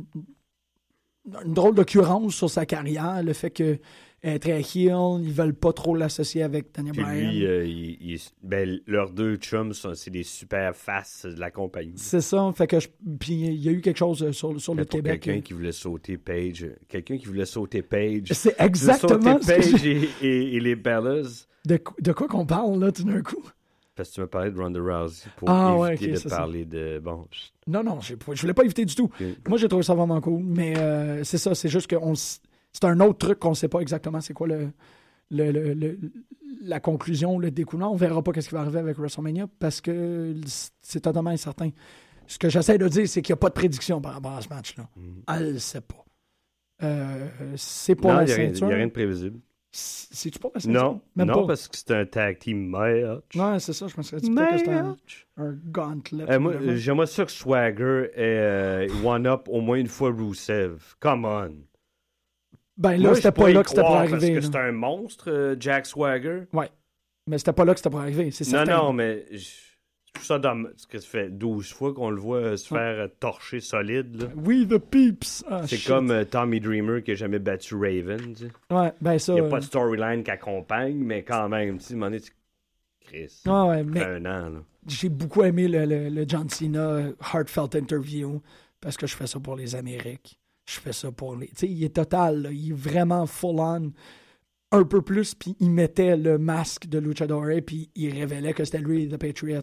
une drôle d'occurrence sur sa carrière, le fait que elle est très heel, ils veulent pas trop l'associer avec Daniel Puis Bryan. lui, euh, il- il- ben, leurs deux chums, sont- c'est des super faces de la compagnie. C'est ça, fait que je... Puis il y a eu quelque chose sur, sur Mais le pour Québec. quelqu'un qui voulait sauter Page, quelqu'un qui voulait sauter Page, C'est exactement sauter ce que Page j'ai- et, et- et les Bellas. De, qu- de quoi qu'on parle, là, tout d'un coup? Parce que tu m'as parlé de Ronda Rousey pour Ah, ouais, éviter ok, de c'est ça. parler de... Bon, je- Non, non, j'ai pas- je voulais pas éviter du tout. Ok. Moi, j'ai trouvé ça vraiment cool, mais euh, c'est ça, c'est juste que on s- c'est un autre truc qu'on sait pas exactement c'est quoi le, le, le- le- la conclusion, le découlant. On verra pas qu'est-ce qui va arriver avec WrestleMania parce que c'est totalement incertain. Ce que j'essaie de dire, c'est qu'il n'y a pas de prédiction par rapport à ce match-là. Elle le sait pas. Euh, c'est pour non, la il n'y a, rien- ceinture. y a rien de prévisible. C'est- C'est-tu pour la ceinture? Non, Même non pas. parce que c'est un tag team match. Ouais, c'est ça, je me serais dit peut-être que c'était un, Match. un gauntlet. Euh, moi, whatever. j'aimerais ça que Swagger ait euh, one-up au moins une fois Rusev. Come on. Ben là, Moi, je c'était peux pas y là que c'était pour croire arriver. Parce que là. c'est un monstre, euh, Jack Swagger. Ouais. Mais c'était pas là que c'était pour arriver, c'est Non, certain. non, mais je je trouve ça dommage. Parce que ça fait douze fois qu'on le voit euh, se Ouais. faire euh, torcher solide. là. We the peeps. Ah, C'est shit. comme euh, Tommy Dreamer qui a jamais battu Raven. Tu sais. Ouais, ben ça. Il n'y a euh, pas de storyline qui accompagne, mais quand même, tu sais, à un moment donné, tu- Chris, Ouais, ouais, ça mais fait un an, là. j'ai beaucoup aimé le, le, le John Cena euh, Heartfelt Interview parce que je fais ça pour les Amériques. Je fais ça pour les. Tu sais, il est total, là, il est vraiment full on. Un peu plus, puis il mettait le masque de Luchador, puis il révélait que c'était lui, The Patriot.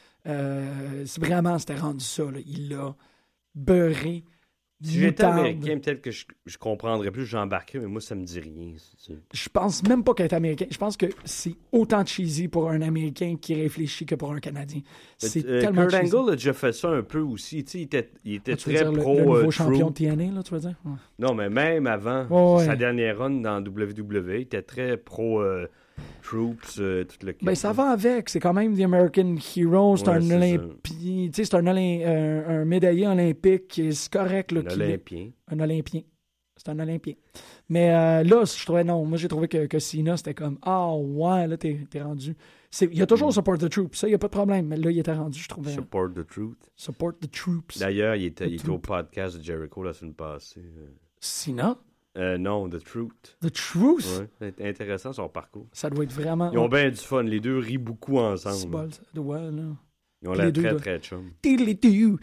Euh, c'est vraiment, c'était rendu ça, là. Il l'a beurré. Si j'étais moutarde. américain, peut-être que je, je comprendrais plus, j'embarquerais, mais moi, ça me dit rien. c'est- c'est- Je pense même pas qu'être américain. Je pense que c'est autant cheesy pour un Américain qui réfléchit que pour un Canadien. C'est Euh, tellement Kurt cheesy. Angle a déjà fait ça un peu aussi. Tu sais, il était, il était Ah, tu veux très dire le- pro. le, nouveau euh, champion Truth. de T N A, là, tu veux dire? Ouais. Non, mais même avant, Ouais, ouais. sa dernière run dans W W E, il était très pro euh, Troops, euh, tout le kit, Ben, ça là. va avec. C'est quand même The American Hero. C'est Ouais, un c'est Olympien. Tu sais, c'est un, Olym- un, un médaillé olympique. C'est correct. Là, Un qu'il est- Olympien. Un Olympien. C'est un Olympien. Mais euh, là, je trouvais non. Moi, j'ai trouvé que, que Cena, c'était comme ah ouais, là, t'es, t'es rendu. C'est- Il y a toujours Support the Troops. Ça, il n'y a pas de problème. Mais là, il était rendu, je trouvais. Support the Truth. Support the Troops. D'ailleurs, il était, The il était au Truth. podcast de Jericho la semaine passée. euh. Cena? Euh, non, The Truth. The Truth? Ouais, c'est intéressant son parcours. Ça doit être vraiment. Ils ont bien du fun. Les deux rient beaucoup ensemble. C'est bol, ça doit, là. Ils ont Les l'air deux très, doivent- très chum. Tiddly-doo,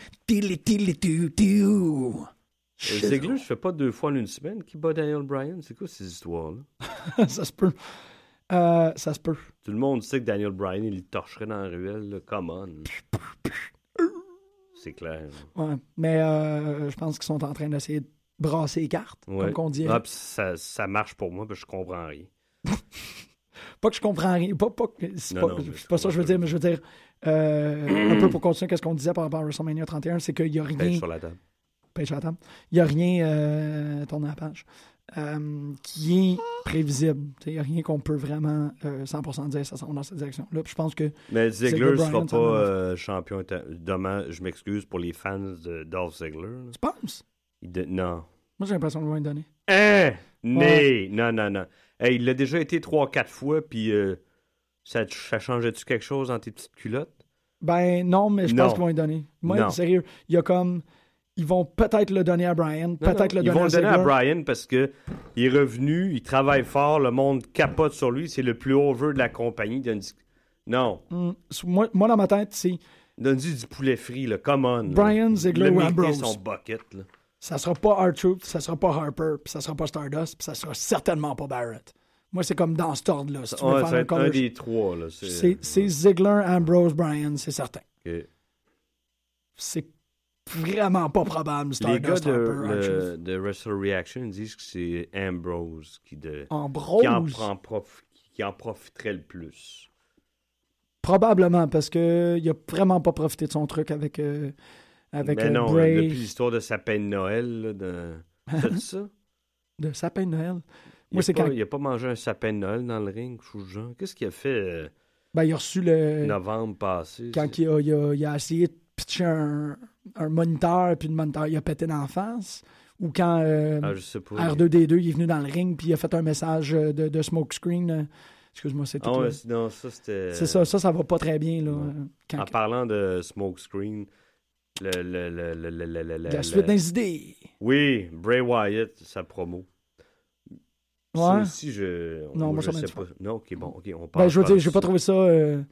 tiddly-tiddly-doo. Euh, C'est que là, je fais pas deux fois en une semaine qui bat Daniel Bryan. C'est quoi ces histoires-là? Ça se peut. Euh, ça se peut. Tout le monde sait que Daniel Bryan, il le torcherait dans la ruelle. Là. Come on. C'est clair. Ouais. Mais euh, je pense qu'ils sont en train d'essayer brasser les cartes, Ouais. comme qu'on dit. Ah, pis ça, ça marche pour moi, parce que je comprends rien. Pas que je comprends rien. Pas, pas, que- c'est Non, pas, non, mais c'est je pas ça que je veux comprends dire, mais je veux dire, euh, un peu pour continuer qu'est-ce qu'on disait par rapport à WrestleMania trente et un, c'est qu'il n'y a rien... Pêche sur la table. Pêche à la table. Il n'y a rien, euh, tourne à la page, euh, qui est prévisible. Il n'y a rien qu'on peut vraiment euh, cent pour cent dire ça s'en va dans cette direction-là. Puis je pense que Mais Ziggler Ziggler, ne sera Bryan, pas ça m'en euh, champion. inter- Dommage, je m'excuse pour les fans de Dolph Ziggler. là. tu penses? Il de- Non. Moi, j'ai l'impression qu'on va lui donner. Hein? Mais, non, non, non. Hey, il l'a déjà été trois, quatre fois, puis euh, ça, ça changeait-tu quelque chose dans tes petites culottes? Ben non, mais je Non. pense qu'ils vont lui donner. Moi, Non. sérieux, il y a comme... Ils vont peut-être le donner à Bryan, Non, peut-être non, le Ils donner vont à le donner à Ziggler. Bryan parce que il est revenu, il travaille fort, le monde capote sur lui, c'est le plus over de la compagnie. Donne- Non, Hum, moi, moi, dans ma tête, c'est... donne-lui du poulet frit, là, come on. là. Bryan, Ziggler Il ou a mérité Ambrose. son bucket, là. Ça sera pas R-Truth, ça sera pas Harper, puis ça sera pas Stardust, puis ça sera certainement pas Barrett. Moi, c'est comme dans cet ordre-là. Si tu veux Ouais, faire ça va un être un color- des trois, là. C'est, c'est, c'est Ziggler, Ambrose, Bryan, c'est certain. Ok. C'est vraiment pas probable, Les gars Stardust, de, Harper, le- R-Truth. de Wrestle Reaction disent que c'est Ambrose qui, de, Ambrose, qui, en prend prof- qui en profiterait le plus. probablement, parce que il a vraiment pas profité de son truc avec, euh, avec Mais euh, non, Bray, depuis l'histoire de sapin de Noël, là, de... C'est ça? de sapin de Noël. Il Moi, a c'est pas, quand il a pas mangé un sapin de Noël dans le ring, quelque chose du genre. Qu'est-ce qu'il a fait euh, ben, il a reçu le... novembre passé? Quand c'est- il a, il, a, il a essayé de pitcher un, un moniteur, puis le moniteur, il a pété dans la face. Ou quand euh, Ah, je sais pas. R deux D deux, il est venu dans le ring, puis il a fait un message de, de smokescreen. euh, Excuse-moi, c'est tout. Ah ouais, le- c'est- non, ça c'était... C'est ça, ça, ça va pas très bien. Là, Non. euh, quand- En parlant de smokescreen, le, le, le, le, le, le, le- la le- suite des idées. Oui, Bray Wyatt, sa promo. Ça Ouais. aussi, je... Non, oh, moi, je ça sais m'intéresse pas. Non, ok, bon, ok, on Ben, parle je veux dire, j'ai pas ça. trouvé ça. euh,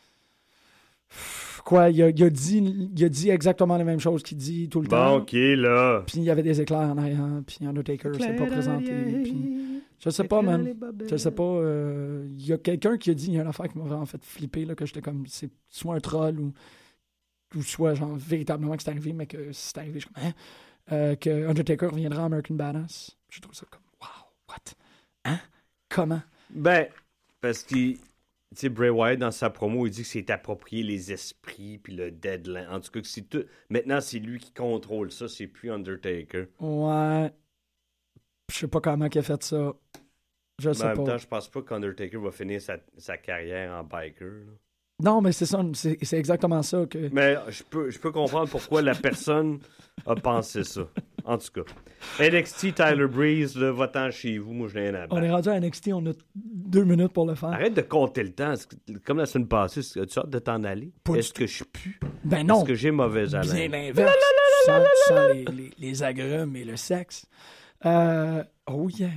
Quoi, il a, il, a dit, il a dit exactement la même chose qu'il dit tout le temps. Bon, ok, là. Puis il y avait des éclairs en arrière, puis Undertaker s'est pas présenté. Puis... Je sais pas, man. Je sais pas. euh, Il y a quelqu'un qui a dit, il y a une affaire qui m'a vraiment fait flipper, là, que j'étais comme, c'est soit un troll ou, ou soit, genre, véritablement que c'est arrivé, mais que si c'est arrivé, je suis comme, hein? Euh, que Undertaker reviendra en American Badass. Je trouve ça comme, wow, what? Hein? Comment? Ben, parce qu'il... Tu sais, Bray Wyatt, dans sa promo, il dit que c'est approprié les esprits puis le deadline. En tout cas, que c'est tout... Maintenant, c'est lui qui contrôle ça, c'est plus Undertaker. Ouais. Je sais pas comment il a fait ça. Je Mais sais en même pas. temps, je pense pas qu'Undertaker va finir sa, sa carrière en biker. là. Non, mais c'est ça, c'est, c'est exactement ça que. Mais je peux, je peux comprendre pourquoi la personne a pensé ça. En tout cas. N X T, Tyler Breeze, là, va-t'en chez vous. Moi, je n'ai rien à On est battre. rendu à N X T, on a deux minutes pour le faire. Arrête de compter le temps. Est-ce que- Comme la semaine passée, est-ce que tu as hâte de t'en aller? Pas du Est-ce que je pue? Ben non. Est-ce que j'ai mauvaise Bien haleine? l'inverse. Tu sens, tu sens les, les, les agrumes et le sexe. Euh, oh yeah.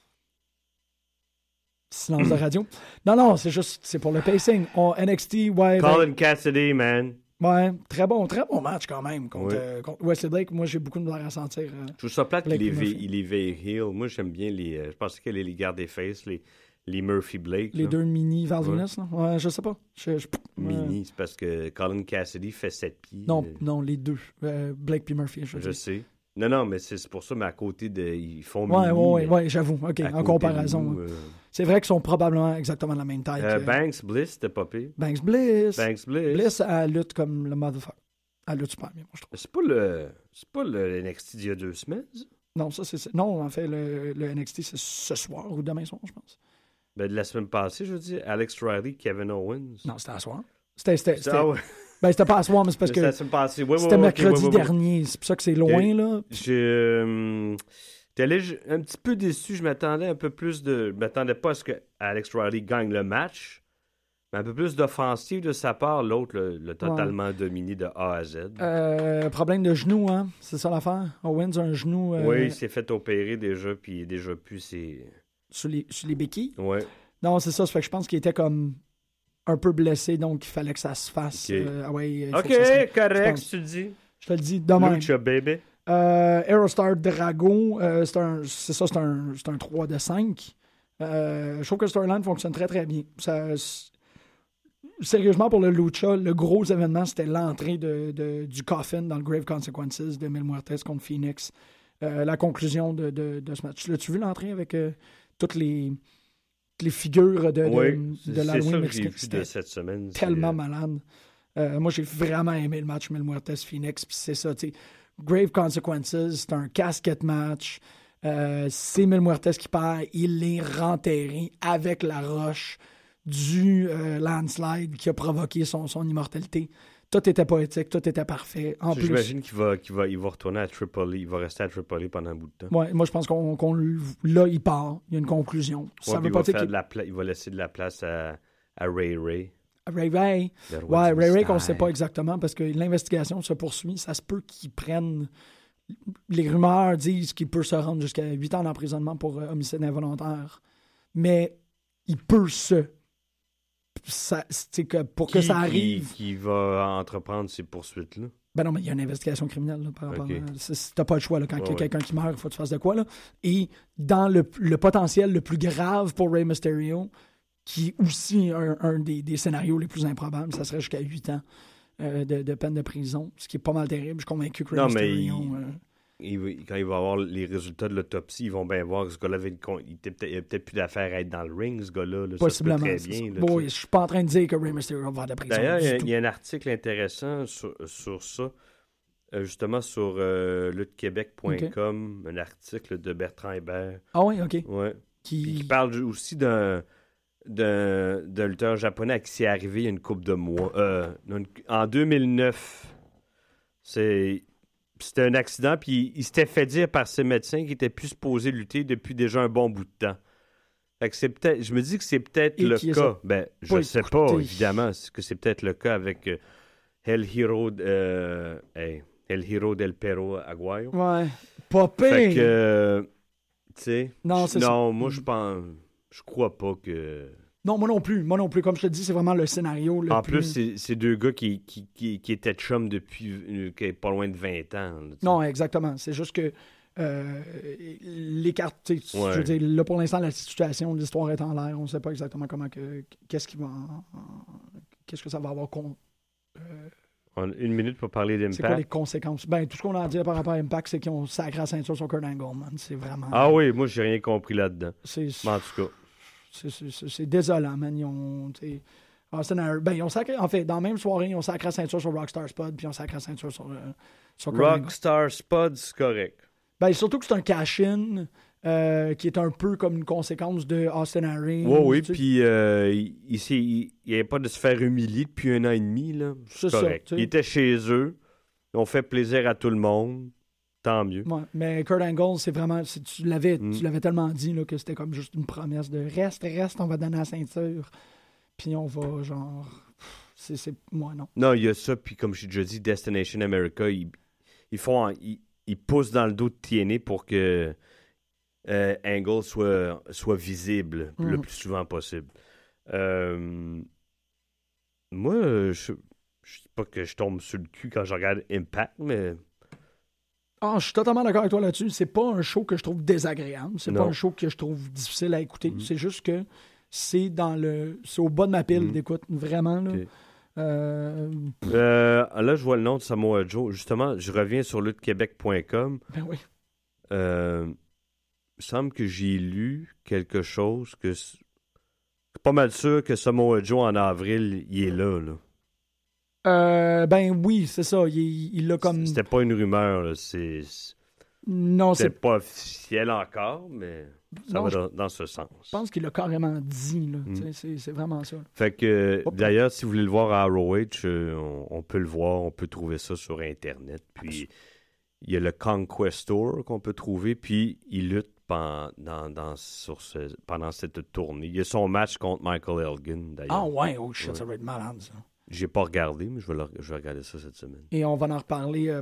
Silence de radio. Non, non, c'est juste, c'est pour le pacing. On, N X T, ouais. ben, Colin Cassidy, man. ouais, très bon, très bon match quand même contre, Oui. euh, contre Wesley Blake. Moi, j'ai beaucoup de misère à sentir. euh, Je trouve ça plate Blake qu'il est, Murphy. ve- il est veille heel. Moi, j'aime bien les... euh, je pense qu'elle est les gardes des faces, les, les Murphy Blake. les là. deux mini Val Venis, là. Ouais, je sais pas. Je, je- Mini, c'est parce que Colin Cassidy fait sept pieds. Non, Euh, non, les deux. Euh, Blake puis Murphy, je veux Je dire. sais. Non, non, mais c'est c'est pour ça, mais à côté de... Ils font Ouais, mini. ouais, ouais, mais ouais, j'avoue. OK, à en côté comparaison. de nous, hein. euh, C'est vrai qu'ils sont probablement exactement de la même taille. euh, que- Banks Bliss, c'était pas pire. Banks Bliss. Banks Bliss. Bliss, elle lutte comme le motherfucker. Elle lutte super bien, moi, je trouve. C'est pas le... C'est pas le N X T d'il y a deux semaines, ça? Non, ça, c'est... Non, en fait, le, le N X T, c'est ce soir ou demain soir, je pense. Ben, de la semaine passée, je veux dire. Alex Riley, Kevin Owens. Non, c'était à soir. C'était... c'était, c'était... Ah ouais. Ben, c'était pas à soir, mais c'est parce C'était que la semaine passée. Ouais, ouais, c'était ouais, ok, mercredi ouais, ouais, ouais. dernier. C'est pour ça que c'est loin, là. Je euh, t'es allé j- un petit peu déçu. Je m'attendais un peu plus de. Je m'attendais pas à ce que Alex Riley gagne le match, mais un peu plus d'offensive de sa part. L'autre l'a l'a totalement dominé de A à Z. Euh, problème de genou, hein. C'est ça l'affaire. Owens a un genou euh, Oui, il s'est fait opérer déjà, puis il est déjà plus ses. sur, les, sur les béquilles. Ouais. Non, c'est ça. Ça fait que je pense qu'il était comme un peu blessé, donc il fallait que ça se fasse. Ok. Euh, ah ouais, il faut Ok, que ça se- je correct, pense. tu le dis. Je te le dis demain. Lucha, baby. Euh, Aerostar Drago, euh, c'est un, c'est ça, c'est un, c'est un trois de cinq. Euh, je trouve que Storyline fonctionne très très bien. Ça, c'est- sérieusement, pour le Lucha, le gros événement, c'était l'entrée de, de- du Coffin dans le Grave Consequences de Mil Muertes contre Phoenix. euh, la conclusion de, de, de ce match. L'as-tu vu l'entrée avec euh, toutes les, les figures de, oui, de, de l'Halloween mexicain? C'était de cette semaine. Tellement c'est... malade. Euh, moi, j'ai vraiment aimé le match Mil Muertes Phoenix. Puis c'est ça, tu sais. Grave Consequences, c'est un casquette match. Euh, c'est Mil Muertes qui perd. Il est renterré avec la roche du euh, landslide qui a provoqué son, son immortalité. Tout était poétique, tout était parfait. En plus, j'imagine qu'il va, qu'il va, il va retourner à Tripoli. Il va rester à Tripoli pendant un bout de temps. Ouais, moi, je pense qu'on, qu'on là, il part. Il y a une conclusion. Ça Ouais, veut il, pas va dire faire qu'il... de la pla... il va laisser de la place à, à Ray Ray. Ray Ray. Le roi Ouais, du Ray Ray, mystère. qu'on ne sait pas exactement parce que l'investigation se poursuit. Ça se peut qu'ils prennent. Les rumeurs disent qu'il peut se rendre jusqu'à huit ans d'emprisonnement pour euh, homicide involontaire. Mais il peut se. Ça, c'est que pour Qui, que ça arrive. Qui, qui va entreprendre ces poursuites-là? Ben non, mais il y a une investigation criminelle là, par rapport Okay. à... c'est- c'est- T'as pas le choix. Là, quand il y a Ouais, quelqu'un qui meurt, il faut que tu fasses de quoi. Là. Et dans le, le potentiel le plus grave pour Rey Mysterio, qui est aussi un, un des, des scénarios les plus improbables, ça serait jusqu'à huit ans euh, de, de peine de prison, ce qui est pas mal terrible. Je suis convaincu que Rey Non, mais Mysterio... il- euh, Il va- quand il va avoir les résultats de l'autopsie, ils vont bien voir que ce gars-là avait une con- il était peut-être, il avait peut-être plus d'affaires à être dans le ring, ce gars-là. Là. Ça se peut Possiblement. très c'est bien. ça. là, Bon, tu je sais. suis pas en train de dire que Rey Mysterio va faire de la prison. D'ailleurs, il y, a- du tout. il y a un article intéressant sur, sur ça, euh, justement sur euh, lutte québec point com, un article de Bertrand Hébert. Ah oui, OK. Ouais. Qui... Puis qui parle aussi d'un, d'un, d'un lutteur japonais à qui c'est arrivé il y a une couple de mois. Euh, une- en deux mille neuf, c'est, c'était un accident, puis il, il s'était fait dire par ses médecins qu'il était plus supposé lutter depuis déjà un bon bout de temps. Fait que c'est peut-être, je me dis que c'est peut-être Et le qui est cas. ça? Ben, je Pas sais écouté. pas, évidemment, c'est que c'est peut-être le cas avec euh, El Hiro, euh, hey, El Hiro del Perro Aguayo. Ouais. Pas pire. Fait que, euh, tu sais, Non, je- c'est ça. non, moi, je pense, je crois pas que... Non, moi non plus. Moi non plus. Comme je te dis, c'est vraiment le scénario le En plus... plus, c'est, c'est deux gars qui, qui, qui, qui étaient chums depuis euh, qui est pas loin de vingt ans. là, tu sais. Non, exactement. C'est juste que euh, les cartes, tu sais, Ouais. je veux dire, là, pour l'instant, la situation, l'histoire est en l'air. On ne sait pas exactement comment que, qu'est-ce qui va en- en- qu'est-ce que ça va avoir con- euh, On a une minute pour parler c'est quoi les d'Impact. conséquences. Ben, tout ce qu'on a à dire par rapport à Impact, c'est qu'ils ont sacré la ceinture sur Kurt Angle, man. C'est vraiment... Ah oui, moi, j'ai rien compris là-dedans. C'est, Mais en tout cas, c'est, c'est, c'est- c'est désolant, man. Ils ont... tu sais, Austin Harris- ben, ils ont sacré... En fait, dans la même soirée, ils ont sacré la ceinture sur Rockstar Spud, puis ils ont sacré la ceinture sur, euh, sur Kurt Angle. Rockstar Spud, c'est correct. Ben, surtout que c'est un cash-in euh, qui est un peu comme une conséquence de Austin Harris. Oui, oui, tu sais. puis euh, il il n'y avait pas de se faire humilier depuis un an et demi. Là. C'est, C'est ça, correct. tu sais. Ils étaient chez eux. Ils ont fait plaisir à tout le monde. Tant mieux. Ouais, mais Kurt Angle, c'est vraiment... c'est- tu, l'avais, Mm. tu l'avais tellement dit là, que c'était comme juste une promesse de reste, reste, on va donner la ceinture. Puis on va, genre... C'est... c'est... Moi, non. Non, il y a ça, puis comme j'ai déjà dit, Destination America, ils, ils font, ils, ils poussent dans le dos de T N A pour que euh, Angle soit, soit visible le Mhm. plus souvent possible. Euh, moi, euh, je je sais pas que je tombe sur le cul quand je regarde Impact, mais Ah, je suis totalement d'accord avec toi là-dessus. C'est pas un show que je trouve désagréable. C'est Non. pas un show que je trouve difficile à écouter. Mhm. C'est juste que c'est dans le... C'est au bas de ma pile Mhm. d'écoute. Vraiment, là. Ok. Euh, euh, là, je vois le nom de Samoa Joe. Justement, je reviens sur lutte québec point com. ben oui. Euh, il me semble que j'ai lu quelque chose que c'est c'est pas mal sûr que Samoa Joe en avril, il est là. là. Euh, ben oui, c'est ça. Il, il l'a comme... C'était pas une rumeur, là. C'est, Non, c'est c'est... pas officiel encore, mais ça Non, va je dans, dans ce sens. Je pense qu'il l'a carrément dit, là. Mm. Tu sais, C'est, c'est vraiment ça. Fait que, Hop. d'ailleurs, si vous voulez le voir à R O H, euh, on, on peut le voir, on peut trouver ça sur Internet. Puis, il y a le Conquestor qu'on peut trouver, puis il lutte pendant, dans, dans- sur ce- pendant cette tournée. Il y a son match contre Michael Elgin, d'ailleurs. Ah ouais, oh shit, Ouais. ça va être malade, ça. J'ai pas regardé, mais je vais, le- je vais regarder ça cette semaine. Et on va en reparler euh,